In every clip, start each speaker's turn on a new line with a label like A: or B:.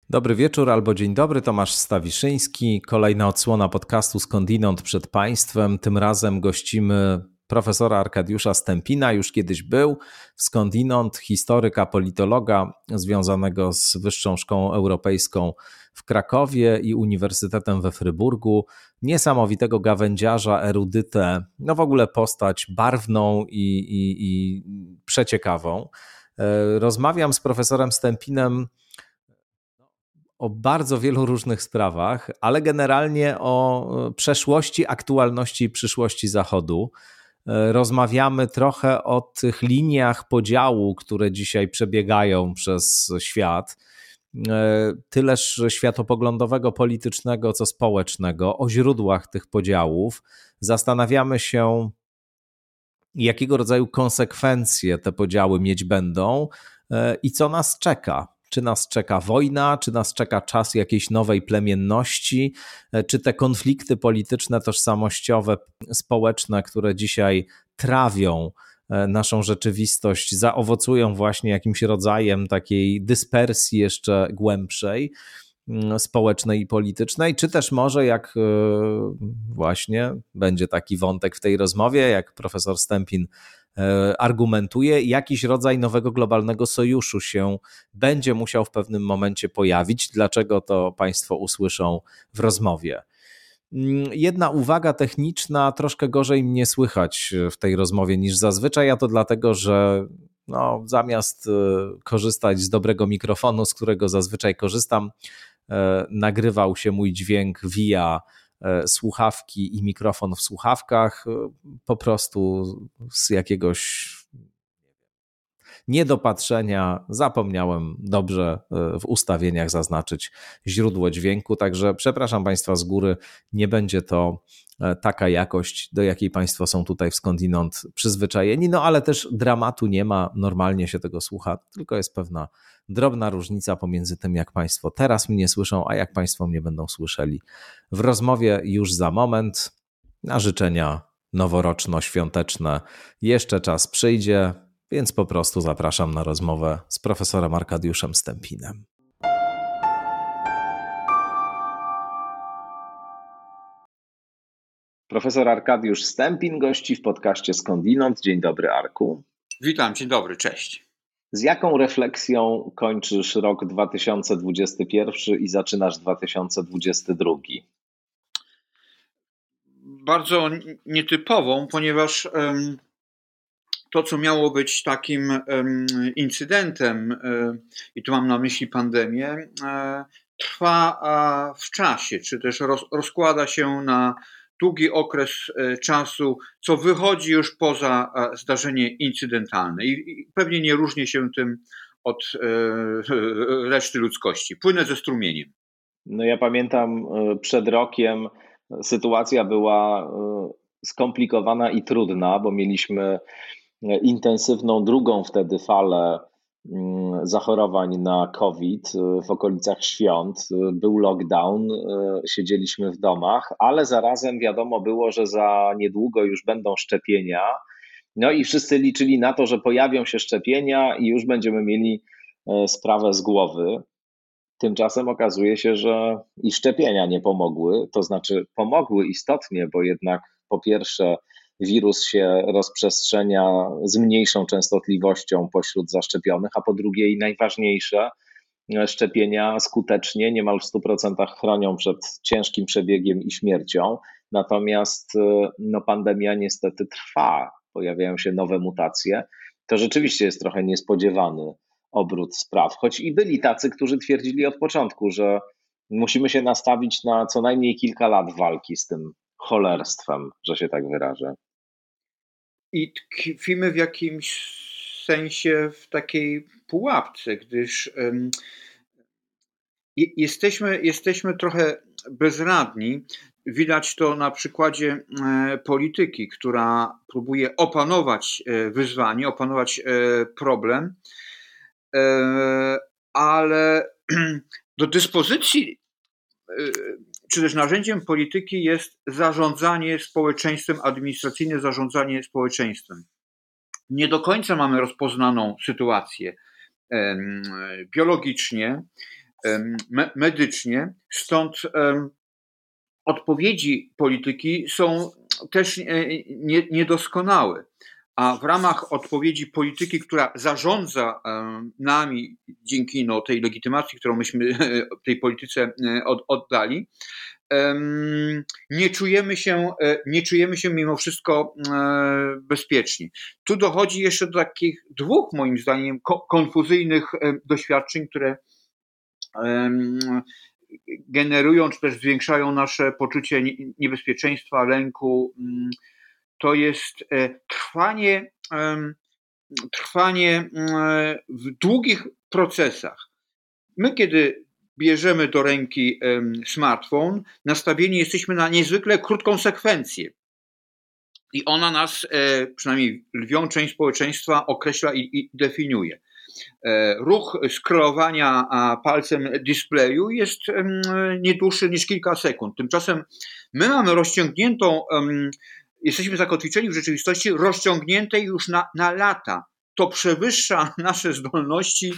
A: Dobry wieczór albo dzień dobry, Tomasz Stawiszyński. Kolejna odsłona podcastu Skądinąd przed Państwem. Tym razem gościmy profesora Arkadiusza Stępina. Już kiedyś był w Skądinąd, historyka, politologa związanego z Wyższą Szkołą Europejską w Krakowie i Uniwersytetem we Fryburgu. Niesamowitego gawędziarza, erudytę, no w ogóle postać barwną i przeciekawą. Rozmawiam z profesorem Stępinem o bardzo wielu różnych sprawach, ale generalnie o przeszłości, aktualności i przyszłości Zachodu. Rozmawiamy trochę o tych liniach podziału, które dzisiaj przebiegają przez świat, tyleż światopoglądowego, politycznego, co społecznego, o źródłach tych podziałów. Zastanawiamy się, jakiego rodzaju konsekwencje te podziały mieć będą i co nas czeka. Czy nas czeka wojna, czy nas czeka czas jakiejś nowej plemienności, czy te konflikty polityczne, tożsamościowe, społeczne, które dzisiaj trawią naszą rzeczywistość, zaowocują właśnie jakimś rodzajem takiej dyspersji jeszcze głębszej, społecznej i politycznej, czy też może jak właśnie będzie taki wątek w tej rozmowie, jak profesor Stępin argumentuje, jakiś rodzaj nowego globalnego sojuszu się będzie musiał w pewnym momencie pojawić. Dlaczego to Państwo usłyszą w rozmowie. Jedna uwaga techniczna, troszkę gorzej mnie słychać w tej rozmowie niż zazwyczaj, a to dlatego, że zamiast korzystać z dobrego mikrofonu, z którego zazwyczaj korzystam, nagrywał się mój dźwięk via słuchawki i mikrofon w słuchawkach, po prostu z jakiegoś niedopatrzenia zapomniałem dobrze w ustawieniach zaznaczyć źródło dźwięku, także przepraszam Państwa z góry, nie będzie to taka jakość, do jakiej Państwo są tutaj w Skądinąd przyzwyczajeni, ale też dramatu nie ma, normalnie się tego słucha, tylko jest pewna drobna różnica pomiędzy tym, jak Państwo teraz mnie słyszą, a jak Państwo mnie będą słyszeli w rozmowie już za moment. Na życzenia noworoczno-świąteczne jeszcze czas przyjdzie, więc po prostu zapraszam na rozmowę z profesorem Arkadiuszem Stępinem. Profesor Arkadiusz Stępin gości w podcaście Skądinąd. Dzień dobry, Arku.
B: Witam, dzień dobry, cześć.
A: Z jaką refleksją kończysz rok 2021 i zaczynasz 2022?
B: Bardzo nietypową, ponieważ to, co miało być takim incydentem, i tu mam na myśli pandemię, trwa w czasie, czy też rozkłada się na długi okres czasu, co wychodzi już poza zdarzenie incydentalne i pewnie nie różni się tym od reszty ludzkości. Płynę ze strumieniem.
A: Ja pamiętam przed rokiem sytuacja była skomplikowana i trudna, bo mieliśmy intensywną drugą wtedy falę zachorowań na COVID w okolicach świąt. Był lockdown, siedzieliśmy w domach, ale zarazem wiadomo było, że za niedługo już będą szczepienia. I wszyscy liczyli na to, że pojawią się szczepienia i już będziemy mieli sprawę z głowy. Tymczasem okazuje się, że i szczepienia nie pomogły, to znaczy pomogły istotnie, bo jednak po pierwsze wirus się rozprzestrzenia z mniejszą częstotliwością pośród zaszczepionych, a po drugie i najważniejsze, szczepienia skutecznie, niemal w 100% chronią przed ciężkim przebiegiem i śmiercią, natomiast pandemia niestety trwa, pojawiają się nowe mutacje, to rzeczywiście jest trochę niespodziewany obrót spraw, choć i byli tacy, którzy twierdzili od początku, że musimy się nastawić na co najmniej kilka lat walki z tym cholerstwem, że się tak wyrażę.
B: I tkwimy w jakimś sensie w takiej pułapce, gdyż jesteśmy trochę bezradni. Widać to na przykładzie polityki, która próbuje opanować wyzwanie, opanować problem, ale do dyspozycji czy też narzędziem polityki jest zarządzanie społeczeństwem, administracyjne zarządzanie społeczeństwem. Nie do końca mamy rozpoznaną sytuację biologicznie, medycznie, stąd odpowiedzi polityki są też niedoskonałe. A w ramach odpowiedzi polityki, która zarządza nami dzięki tej legitymacji, którą myśmy tej polityce oddali, nie czujemy się mimo wszystko bezpieczni. Tu dochodzi jeszcze do takich dwóch, moim zdaniem, konfuzyjnych doświadczeń, które generują czy też zwiększają nasze poczucie niebezpieczeństwa, lęku. To jest trwanie w długich procesach. My, kiedy bierzemy do ręki smartfon, nastawieni jesteśmy na niezwykle krótką sekwencję. I ona nas, przynajmniej lwią część społeczeństwa, określa i definiuje. Ruch scrollowania palcem displayu jest nie dłuższy niż kilka sekund. Tymczasem my mamy jesteśmy zakotwiczeni w rzeczywistości rozciągniętej już na lata. To przewyższa nasze zdolności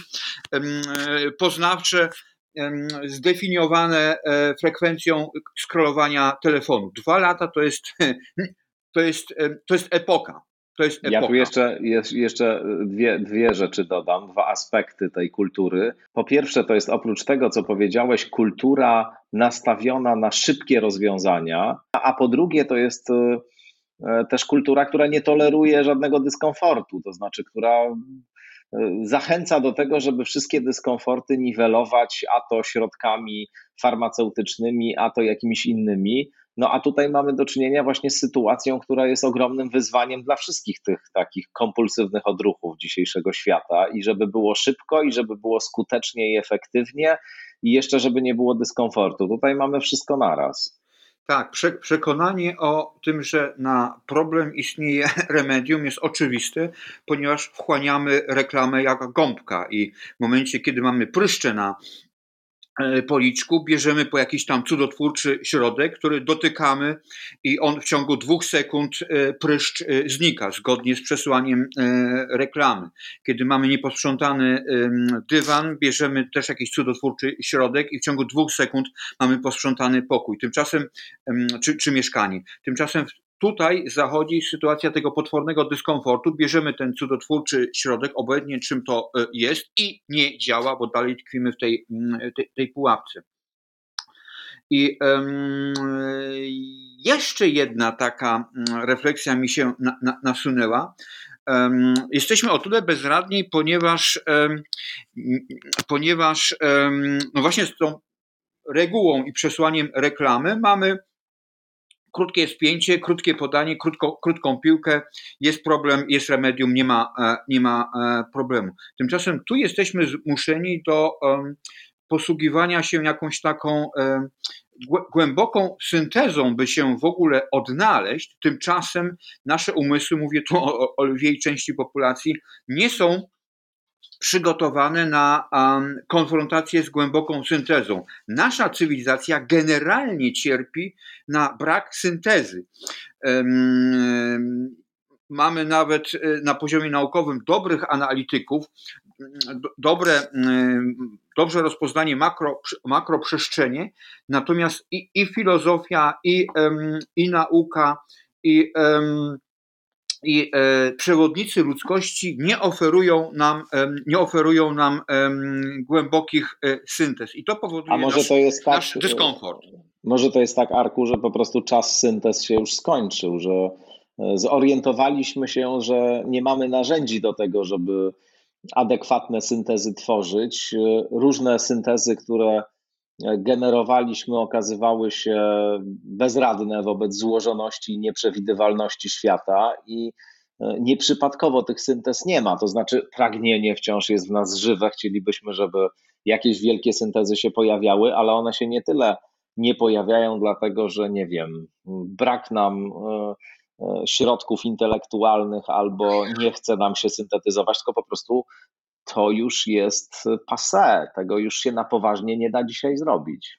B: poznawcze zdefiniowane frekwencją scrollowania telefonu. 2 lata to jest epoka.
C: Ja tu jeszcze dwie rzeczy dodam, 2 aspekty tej kultury. Po pierwsze, to jest oprócz tego, co powiedziałeś, kultura nastawiona na szybkie rozwiązania, a po drugie to jest też kultura, która nie toleruje żadnego dyskomfortu, to znaczy, która zachęca do tego, żeby wszystkie dyskomforty niwelować, a to środkami farmaceutycznymi, a to jakimiś innymi. No a tutaj mamy do czynienia właśnie z sytuacją, która jest ogromnym wyzwaniem dla wszystkich tych takich kompulsywnych odruchów dzisiejszego świata i żeby było szybko i żeby było skutecznie i efektywnie i jeszcze żeby nie było dyskomfortu. Tutaj mamy wszystko naraz.
B: Tak, przekonanie o tym, że na problem istnieje remedium, jest oczywiste, ponieważ wchłaniamy reklamę jak gąbka i w momencie, kiedy mamy pryszcze na policzku, bierzemy po jakiś tam cudotwórczy środek, który dotykamy i on w ciągu 2 sekund pryszcz znika, zgodnie z przesłaniem reklamy. Kiedy mamy nieposprzątany dywan, bierzemy też jakiś cudotwórczy środek i w ciągu 2 sekund mamy posprzątany pokój, tymczasem czy mieszkanie. Tymczasem tutaj zachodzi sytuacja tego potwornego dyskomfortu, bierzemy ten cudotwórczy środek, obojętnie czym to jest i nie działa, bo dalej tkwimy w tej pułapce. I jeszcze jedna taka refleksja mi się nasunęła. Jesteśmy o tyle bezradni, ponieważ no właśnie z tą regułą i przesłaniem reklamy mamy krótkie spięcie, krótkie podanie, krótką piłkę, jest problem, jest remedium, nie ma problemu. Tymczasem tu jesteśmy zmuszeni do posługiwania się jakąś taką głęboką syntezą, by się w ogóle odnaleźć. Tymczasem nasze umysły, mówię tu o lwiej części populacji, nie są przygotowane na konfrontację z głęboką syntezą. Nasza cywilizacja generalnie cierpi na brak syntezy. Mamy nawet na poziomie naukowym dobrych analityków, dobrze rozpoznanie makroprzestrzenie, natomiast i filozofia, i nauka, i przewodnicy ludzkości nie oferują nam głębokich syntez. I to powoduje nasz dyskomfort.
C: Może to jest tak, Arku, że po prostu czas syntez się już skończył, że zorientowaliśmy się, że nie mamy narzędzi do tego, żeby adekwatne syntezy tworzyć. Różne syntezy, które generowaliśmy, okazywały się bezradne wobec złożoności i nieprzewidywalności świata i nieprzypadkowo tych syntez nie ma, to znaczy pragnienie wciąż jest w nas żywe, chcielibyśmy, żeby jakieś wielkie syntezy się pojawiały, ale one się nie tyle nie pojawiają dlatego, że nie wiem, brak nam środków intelektualnych albo nie chce nam się syntetyzować, tylko po prostu to już jest passé, tego już się na poważnie nie da dzisiaj zrobić.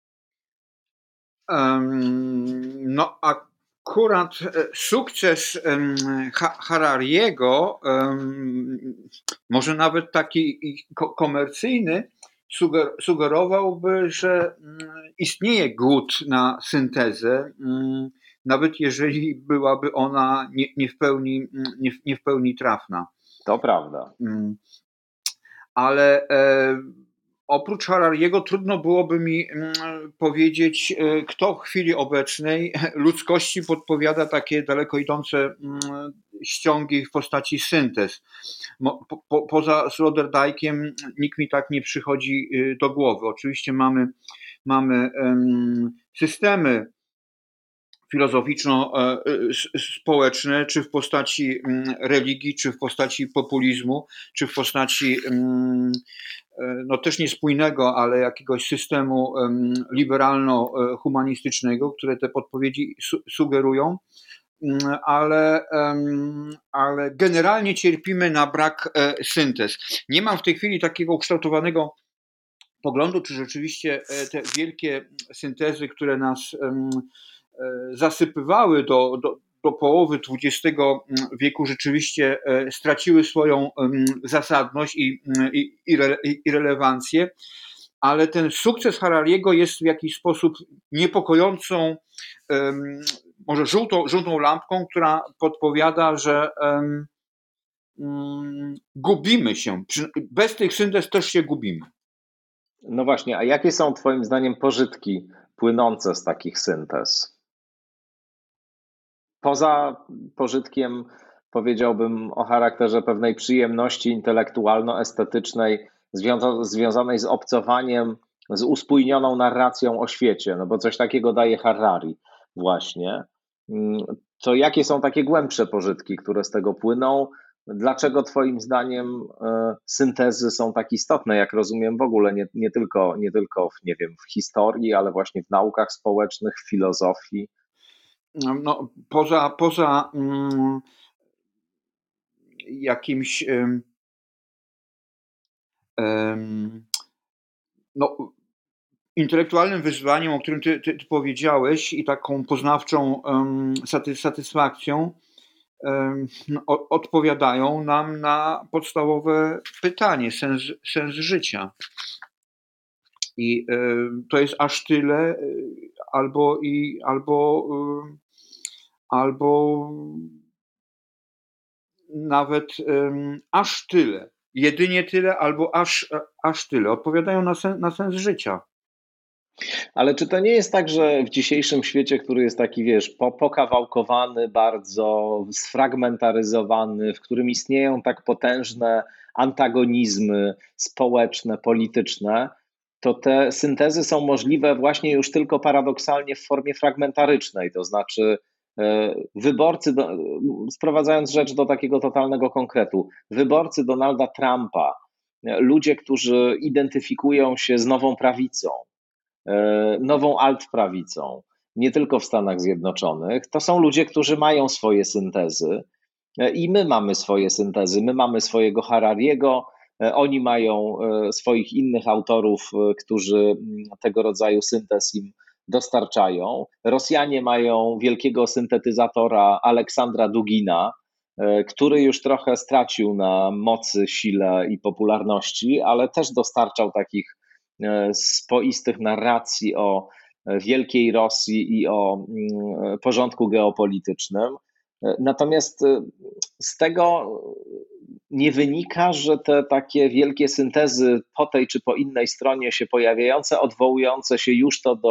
B: No akurat sukces Harariego, może nawet taki komercyjny, sugerowałby, że istnieje głód na syntezę, nawet jeżeli byłaby ona nie w pełni trafna.
C: To prawda.
B: Ale oprócz Harariego trudno byłoby mi powiedzieć, kto w chwili obecnej ludzkości podpowiada takie daleko idące ściągi w postaci syntez. Poza Sloterdijkiem nikt mi tak nie przychodzi do głowy. Oczywiście mamy systemy filozoficzno-społeczne, czy w postaci religii, czy w postaci populizmu, czy w postaci no też niespójnego, ale jakiegoś systemu liberalno-humanistycznego, które te podpowiedzi sugerują, ale generalnie cierpimy na brak syntez. Nie mam w tej chwili takiego ukształtowanego poglądu, czy rzeczywiście te wielkie syntezy, które nas zasypywały do połowy XX wieku, rzeczywiście straciły swoją zasadność i relewancję, ale ten sukces Harariego jest w jakiś sposób niepokojącą, może żółtą lampką, która podpowiada, że gubimy się. Bez tych syntez też się gubimy.
C: No właśnie, a jakie są Twoim zdaniem pożytki płynące z takich syntez? Poza pożytkiem, powiedziałbym, o charakterze pewnej przyjemności intelektualno-estetycznej związanej z obcowaniem z uspójnioną narracją o świecie, no bo coś takiego daje Harari właśnie. To jakie są takie głębsze pożytki, które z tego płyną? Dlaczego Twoim zdaniem syntezy są tak istotne, jak rozumiem w ogóle, nie tylko nie wiem, w historii, ale właśnie w naukach społecznych, w filozofii?
B: No, poza jakimś no, intelektualnym wyzwaniem, o którym ty powiedziałeś, i taką poznawczą satysfakcją, odpowiadają nam na podstawowe pytanie, sens życia. I to jest aż tyle, albo nawet aż tyle. Jedynie tyle, albo aż tyle. Odpowiadają na sens życia.
C: Ale czy to nie jest tak, że w dzisiejszym świecie, który jest taki, wiesz, pokawałkowany, bardzo sfragmentaryzowany, w którym istnieją tak potężne antagonizmy społeczne, polityczne, to te syntezy są możliwe właśnie już tylko paradoksalnie w formie fragmentarycznej, to znaczy wyborcy, sprowadzając rzecz do takiego totalnego konkretu, wyborcy Donalda Trumpa, ludzie, którzy identyfikują się z nową prawicą, nową altprawicą, nie tylko w Stanach Zjednoczonych, to są ludzie, którzy mają swoje syntezy i my mamy swoje syntezy, my mamy swojego Harariego, oni mają swoich innych autorów, którzy tego rodzaju syntez im dostarczają. Rosjanie mają wielkiego syntetyzatora Aleksandra Dugina, który już trochę stracił na mocy, sile i popularności, ale też dostarczał takich spoistych narracji o wielkiej Rosji i o porządku geopolitycznym. Natomiast z tego nie wynika, że te takie wielkie syntezy po tej czy po innej stronie się pojawiające, odwołujące się już to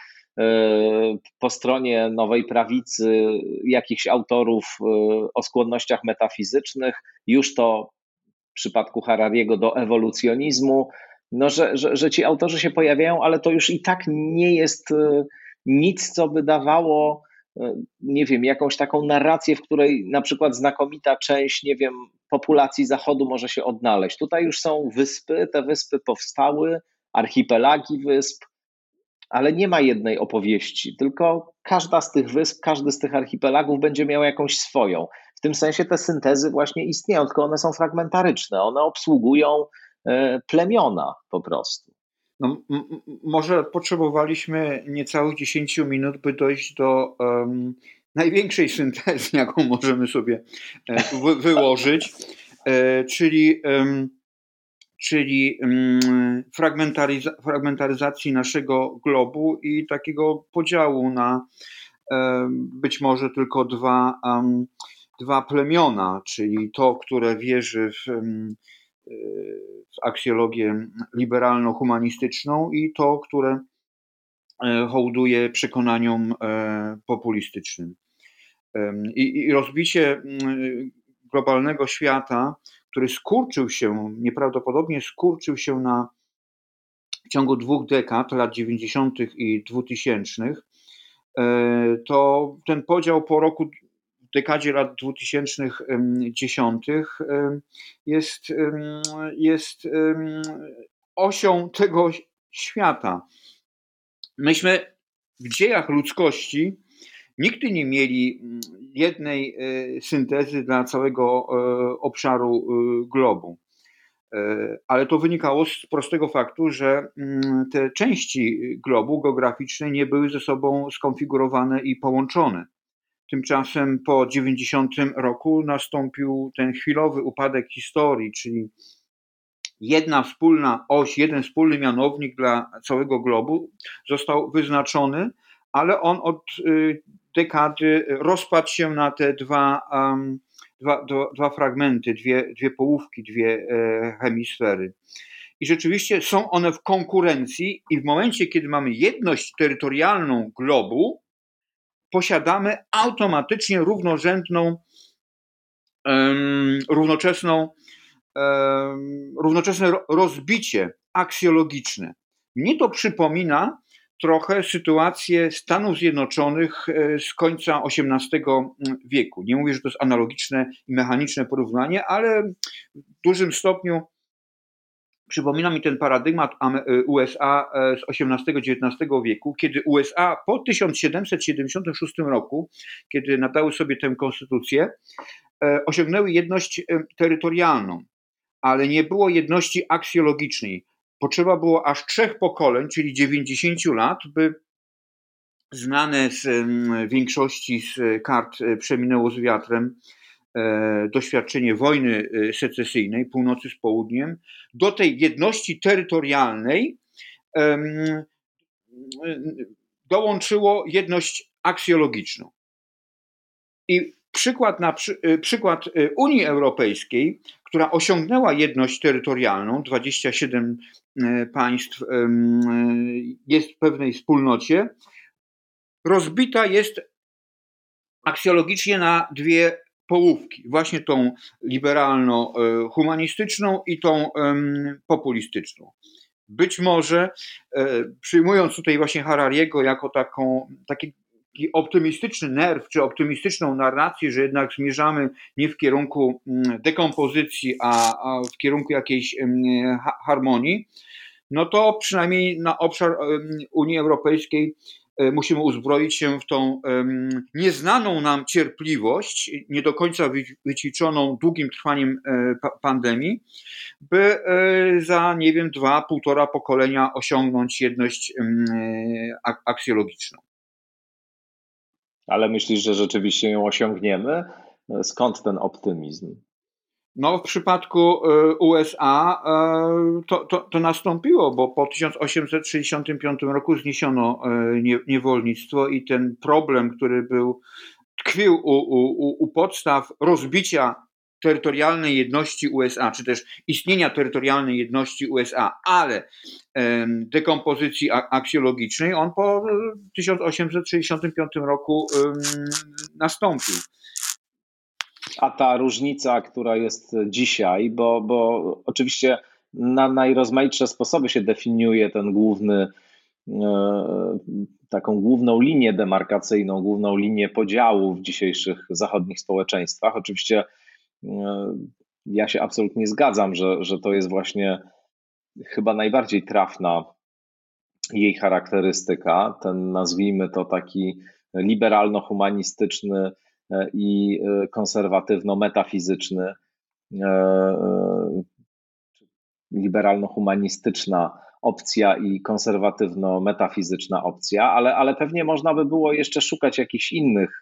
C: po stronie nowej prawicy jakichś autorów o skłonnościach metafizycznych, już to w przypadku Harariego do ewolucjonizmu, no, że ci autorzy się pojawiają, ale to już i tak nie jest nic, co by dawało, nie wiem, jakąś taką narrację, w której na przykład znakomita część, nie wiem, populacji Zachodu może się odnaleźć. Tutaj już są wyspy, te wyspy powstały, archipelagi wysp, ale nie ma jednej opowieści, tylko każda z tych wysp, każdy z tych archipelagów będzie miał jakąś swoją. W tym sensie te syntezy właśnie istnieją, tylko one są fragmentaryczne, one obsługują plemiona po prostu.
B: No, może potrzebowaliśmy niecałych 10 minut, by dojść do największej syntezy, jaką możemy sobie wyłożyć, czyli fragmentaryzacji naszego globu i takiego podziału na być może tylko dwa plemiona, czyli to, które wierzy w aksjologię liberalno-humanistyczną i to, które hołduje przekonaniom populistycznym. I rozbicie globalnego świata, który nieprawdopodobnie skurczył się w ciągu 2 dekad, lat 90. i 2000, to ten podział po dekadzie lat 2010 jest osią tego świata. Myśmy w dziejach ludzkości nigdy nie mieli jednej syntezy dla całego obszaru globu. Ale to wynikało z prostego faktu, że te części globu geograficzne nie były ze sobą skonfigurowane i połączone. Tymczasem po 90 roku nastąpił ten chwilowy upadek historii, czyli jedna wspólna oś, jeden wspólny mianownik dla całego globu został wyznaczony, ale on od dekady rozpadł się na te dwa fragmenty, dwie połówki, dwie hemisfery. I rzeczywiście są one w konkurencji i w momencie, kiedy mamy jedność terytorialną globu, posiadamy automatycznie równoczesne rozbicie aksjologiczne. Mnie to przypomina trochę sytuację Stanów Zjednoczonych z końca XVIII wieku. Nie mówię, że to jest analogiczne i mechaniczne porównanie, ale w dużym stopniu przypomina mi ten paradygmat USA z XVIII-XIX wieku, kiedy USA po 1776 roku, kiedy nadały sobie tę konstytucję, osiągnęły jedność terytorialną, ale nie było jedności aksjologicznej. Potrzeba było aż 3 pokoleń, czyli 90 lat, by znane z większości z kart przeminęło z wiatrem doświadczenie wojny secesyjnej północy z południem, do tej jedności terytorialnej dołączyło jedność aksjologiczną. I przykład Unii Europejskiej, która osiągnęła jedność terytorialną, 27 państw jest w pewnej wspólnocie, rozbita jest aksjologicznie na 2 połówki, właśnie tą liberalno-humanistyczną i tą populistyczną. Być może przyjmując tutaj właśnie Harariego jako taki optymistyczny nerw, czy optymistyczną narrację, że jednak zmierzamy nie w kierunku dekompozycji, a w kierunku jakiejś harmonii, no to przynajmniej na obszar Unii Europejskiej musimy uzbroić się w tą nieznaną nam cierpliwość, nie do końca wyćwiczoną długim trwaniem pandemii, by za, 2-1,5 pokolenia osiągnąć jedność aksjologiczną.
C: Ale myślisz, że rzeczywiście ją osiągniemy? Skąd ten optymizm?
B: No, w przypadku USA to nastąpiło, bo po 1865 roku zniesiono niewolnictwo i ten problem, który tkwił u podstaw rozbicia terytorialnej jedności USA, czy też istnienia terytorialnej jedności USA, ale dekompozycji aksjologicznej, on po 1865 roku nastąpił.
C: A ta różnica, która jest dzisiaj, bo oczywiście na najrozmaitsze sposoby się definiuje taką główną linię demarkacyjną, główną linię podziału w dzisiejszych zachodnich społeczeństwach. Oczywiście ja się absolutnie zgadzam, że to jest właśnie chyba najbardziej trafna jej charakterystyka, ten, nazwijmy to, taki liberalno-humanistyczny i konserwatywno-metafizyczny, liberalno-humanistyczna opcja i konserwatywno-metafizyczna opcja, ale pewnie można by było jeszcze szukać jakichś innych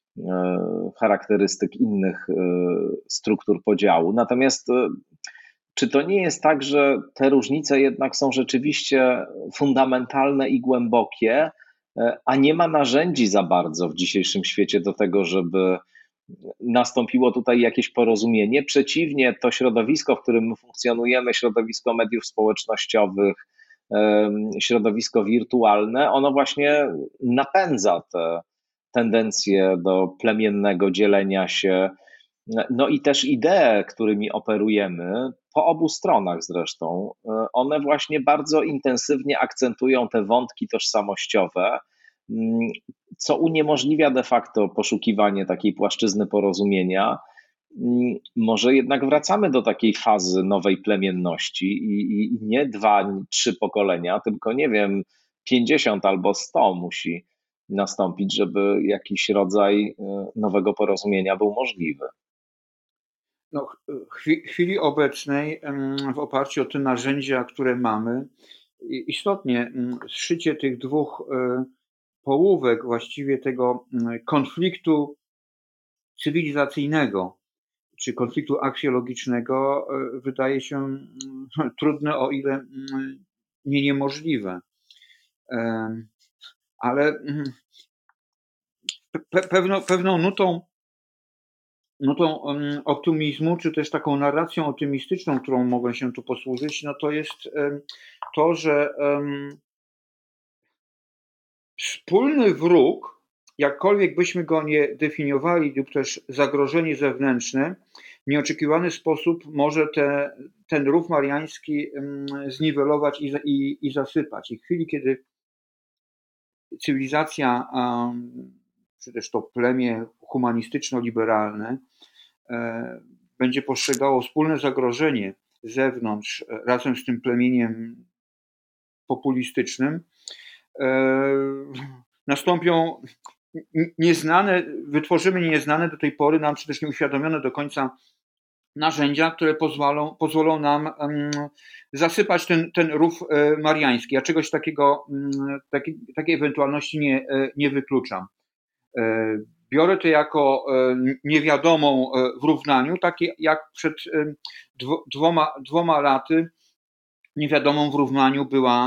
C: charakterystyk, innych struktur podziału. Natomiast czy to nie jest tak, że te różnice jednak są rzeczywiście fundamentalne i głębokie, a nie ma narzędzi za bardzo w dzisiejszym świecie do tego, żeby nastąpiło tutaj jakieś porozumienie? Przeciwnie, to środowisko, w którym my funkcjonujemy, środowisko mediów społecznościowych, środowisko wirtualne, ono właśnie napędza te tendencje do plemiennego dzielenia się, no i też idee, którymi operujemy, po obu stronach zresztą, one właśnie bardzo intensywnie akcentują te wątki tożsamościowe, co uniemożliwia de facto poszukiwanie takiej płaszczyzny porozumienia. Może jednak wracamy do takiej fazy nowej plemienności i nie 2, 3 pokolenia, tylko nie wiem, 50 albo 100 musi nastąpić, żeby jakiś rodzaj nowego porozumienia był możliwy.
B: No, w chwili obecnej, w oparciu o te narzędzia, które mamy, istotnie zszycie tych dwóch połówek właściwie tego konfliktu cywilizacyjnego czy konfliktu aksjologicznego wydaje się trudne, o ile nie niemożliwe. Ale pewną nutą optymizmu, czy też taką narracją optymistyczną, którą mogę się tu posłużyć, no to jest to, że wspólny wróg, jakkolwiek byśmy go nie definiowali, lub też zagrożenie zewnętrzne, w nieoczekiwany sposób może ten rów mariański zniwelować i zasypać. I w chwili, kiedy cywilizacja, czy też to plemię humanistyczno-liberalne będzie postrzegało wspólne zagrożenie z zewnątrz razem z tym plemieniem populistycznym, nastąpią wytworzymy nieznane do tej pory nam, czy też nieuświadomione do końca narzędzia, które pozwolą nam zasypać ten rów mariański. Ja czegoś takiego, takiej ewentualności nie wykluczam. Biorę to jako niewiadomą w równaniu, tak jak przed dwoma laty niewiadomą w równaniu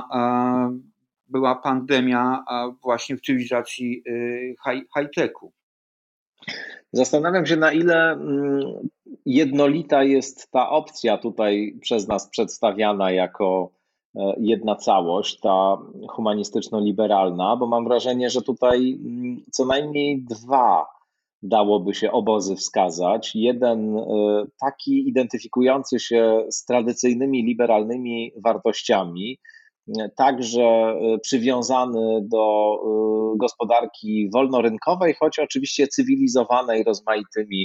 B: była pandemia właśnie w cywilizacji high-techu.
C: Zastanawiam się, na ile jednolita jest ta opcja tutaj przez nas przedstawiana jako jedna całość, ta humanistyczno-liberalna, bo mam wrażenie, że tutaj co najmniej 2 dałoby się obozy wskazać. Jeden taki identyfikujący się z tradycyjnymi liberalnymi wartościami, także przywiązany do gospodarki wolnorynkowej, choć oczywiście cywilizowanej rozmaitymi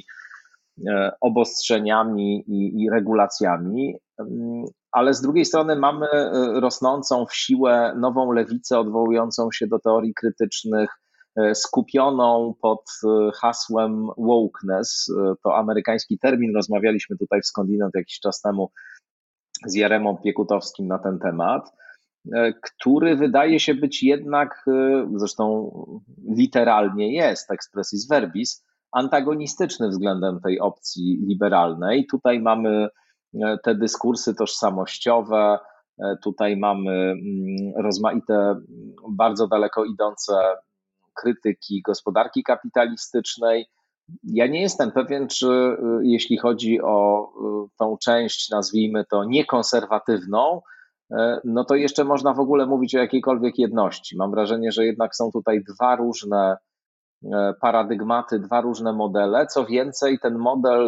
C: obostrzeniami i regulacjami, ale z drugiej strony mamy rosnącą w siłę nową lewicę odwołującą się do teorii krytycznych, skupioną pod hasłem wokeness. To amerykański termin, rozmawialiśmy tutaj w Skądinąd jakiś czas temu z Jaremą Piekutowskim na ten temat, który wydaje się być jednak, zresztą literalnie jest, expressis verbis, antagonistyczny względem tej opcji liberalnej. Tutaj mamy te dyskursy tożsamościowe, tutaj mamy rozmaite, bardzo daleko idące krytyki gospodarki kapitalistycznej. Ja nie jestem pewien, czy jeśli chodzi o tą część, nazwijmy to niekonserwatywną, no to jeszcze można w ogóle mówić o jakiejkolwiek jedności. Mam wrażenie, że jednak są tutaj 2 różne paradygmaty, 2 różne modele. Co więcej, ten model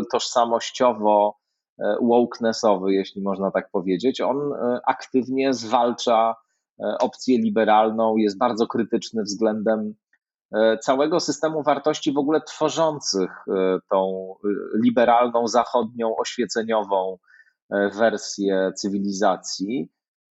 C: tożsamościowo-wokenessowy, jeśli można tak powiedzieć, on aktywnie zwalcza opcję liberalną, jest bardzo krytyczny względem całego systemu wartości w ogóle tworzących tą liberalną, zachodnią, oświeceniową wersję cywilizacji.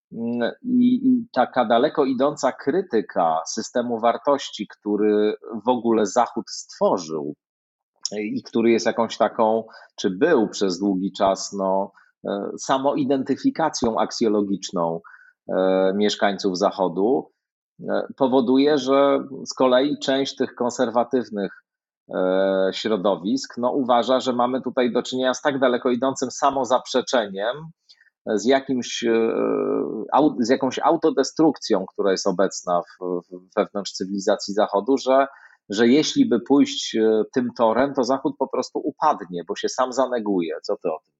C: I taka daleko idąca krytyka systemu wartości, który w ogóle Zachód stworzył i który jest jakąś taką, czy był przez długi czas, samoidentyfikacją aksjologiczną mieszkańców Zachodu, powoduje, że z kolei część tych konserwatywnych środowisk uważa, że mamy tutaj do czynienia z tak daleko idącym samozaprzeczeniem, z jakąś autodestrukcją, która jest obecna wewnątrz cywilizacji Zachodu, że jeśli by pójść tym torem, to Zachód po prostu upadnie, bo się sam zaneguje. Co ty o tym?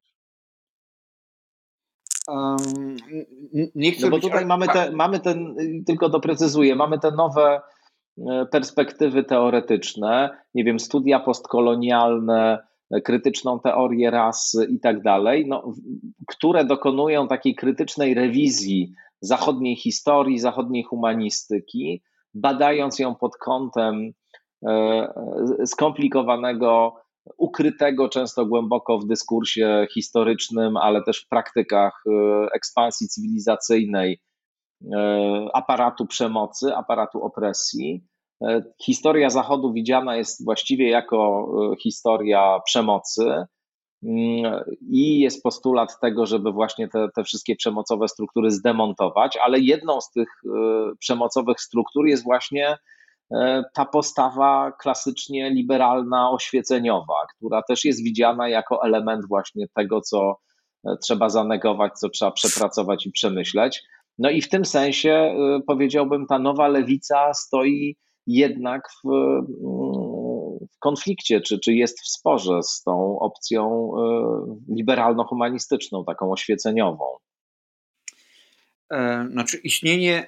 B: Nie chcę
C: bo tutaj mamy tylko doprecyzuję, mamy te nowe perspektywy teoretyczne, nie wiem, studia postkolonialne, krytyczną teorię rasy i tak dalej, które dokonują takiej krytycznej rewizji zachodniej historii, zachodniej humanistyki, badając ją pod kątem skomplikowanego, ukrytego często głęboko w dyskursie historycznym, ale też w praktykach ekspansji cywilizacyjnej aparatu przemocy, aparatu opresji. Historia Zachodu widziana jest właściwie jako historia przemocy i jest postulat tego, żeby właśnie te wszystkie przemocowe struktury zdemontować, ale jedną z tych przemocowych struktur jest właśnie ta postawa klasycznie liberalna, oświeceniowa, która też jest widziana jako element właśnie tego, co trzeba zanegować, co trzeba przepracować i przemyśleć. No i w tym sensie powiedziałbym, ta nowa lewica stoi jednak w konflikcie, czy jest w sporze z tą opcją liberalno-humanistyczną, taką oświeceniową.
B: Znaczy istnienie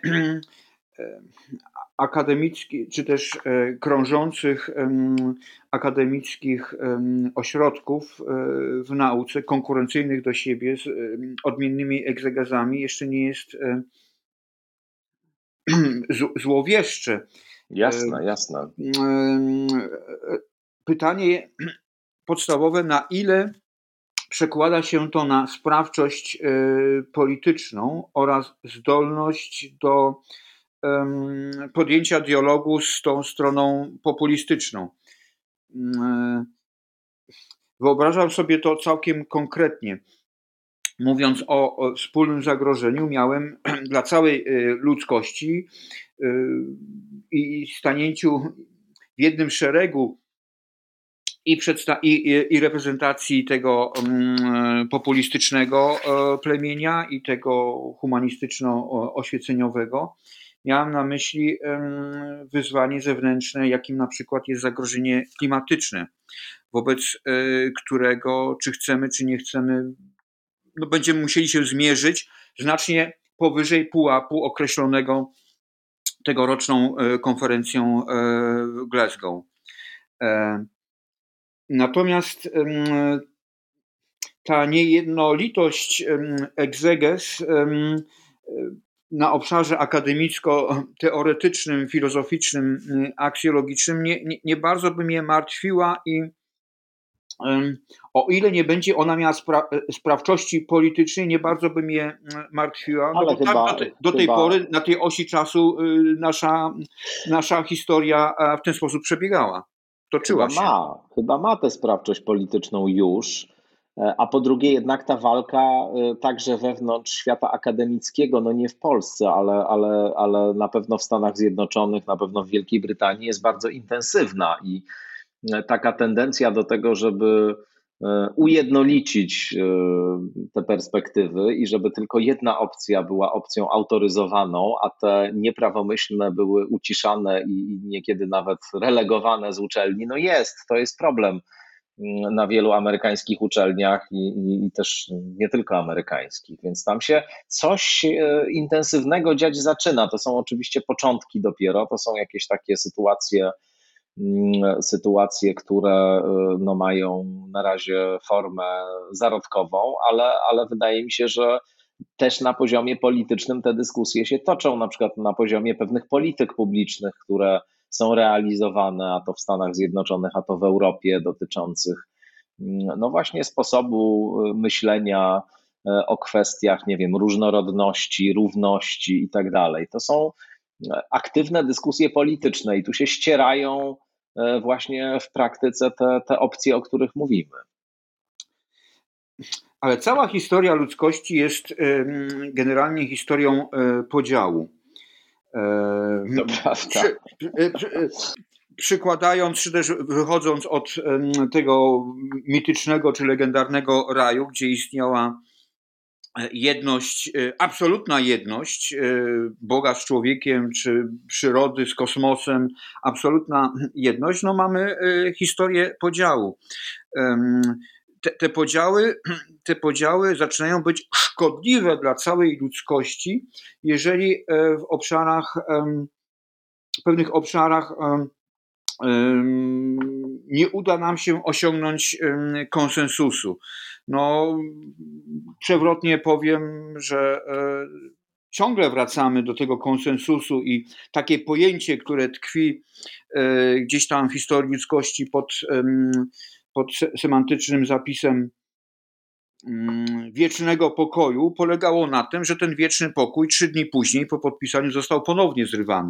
B: akademickich, czy też krążących akademickich ośrodków w nauce, konkurencyjnych do siebie, z odmiennymi egzegezami, jeszcze nie jest złowieszcze.
C: Jasne.
B: Pytanie podstawowe, na ile przekłada się to na sprawczość polityczną oraz zdolność do podjęcia dialogu z tą stroną populistyczną. Wyobrażam sobie to całkiem konkretnie. Mówiąc o wspólnym zagrożeniu, miałem dla całej ludzkości i stanięciu w jednym szeregu i reprezentacji tego populistycznego plemienia i tego humanistyczno-oświeceniowego. Miałem na myśli wyzwanie zewnętrzne, jakim na przykład jest zagrożenie klimatyczne, wobec którego, czy chcemy, czy nie chcemy, będziemy musieli się zmierzyć znacznie powyżej pułapu określonego tegoroczną konferencją w Glasgow. Natomiast ta niejednolitość egzegez na obszarze akademicko-teoretycznym, filozoficznym, aksjologicznym nie bardzo by mnie martwiła i o ile nie będzie ona miała sprawczości politycznej, nie bardzo by mnie martwiła,
C: ale
B: bo do tej pory na tej osi czasu nasza historia w ten sposób przebiegała.
C: Chyba ma tę sprawczość polityczną już, a po drugie jednak ta walka także wewnątrz świata akademickiego, no nie w Polsce, ale na pewno w Stanach Zjednoczonych, na pewno w Wielkiej Brytanii jest bardzo intensywna i taka tendencja do tego, żeby ujednolicić te perspektywy i żeby tylko jedna opcja była opcją autoryzowaną, a te nieprawomyślne były uciszane i niekiedy nawet relegowane z uczelni, to jest problem na wielu amerykańskich uczelniach i też nie tylko amerykańskich, więc tam się coś intensywnego dziać zaczyna. To są oczywiście początki dopiero, to są jakieś takie sytuacje, które mają na razie formę zarodkową, ale wydaje mi się, że też na poziomie politycznym te dyskusje się toczą, na przykład na poziomie pewnych polityk publicznych, które są realizowane, a to w Stanach Zjednoczonych, a to w Europie, dotyczących właśnie sposobu myślenia o kwestiach, nie wiem, różnorodności, równości i tak dalej. To są aktywne dyskusje polityczne i tu się ścierają właśnie w praktyce te opcje, o których mówimy.
B: Ale cała historia ludzkości jest generalnie historią podziału.
C: To prawda.
B: Przykładając, czy też wychodząc od tego mitycznego czy legendarnego raju, gdzie istniała jedność, absolutna jedność Boga z człowiekiem, czy przyrody z kosmosem, absolutna jedność, no mamy historię podziału. Te podziały zaczynają być szkodliwe dla całej ludzkości, jeżeli w pewnych obszarach nie uda nam się osiągnąć konsensusu. No, przewrotnie powiem, że ciągle wracamy do tego konsensusu i takie pojęcie, które tkwi gdzieś tam w historii ludzkości pod semantycznym zapisem wiecznego pokoju, polegało na tym, że ten wieczny pokój 3 dni później po podpisaniu został ponownie zrywany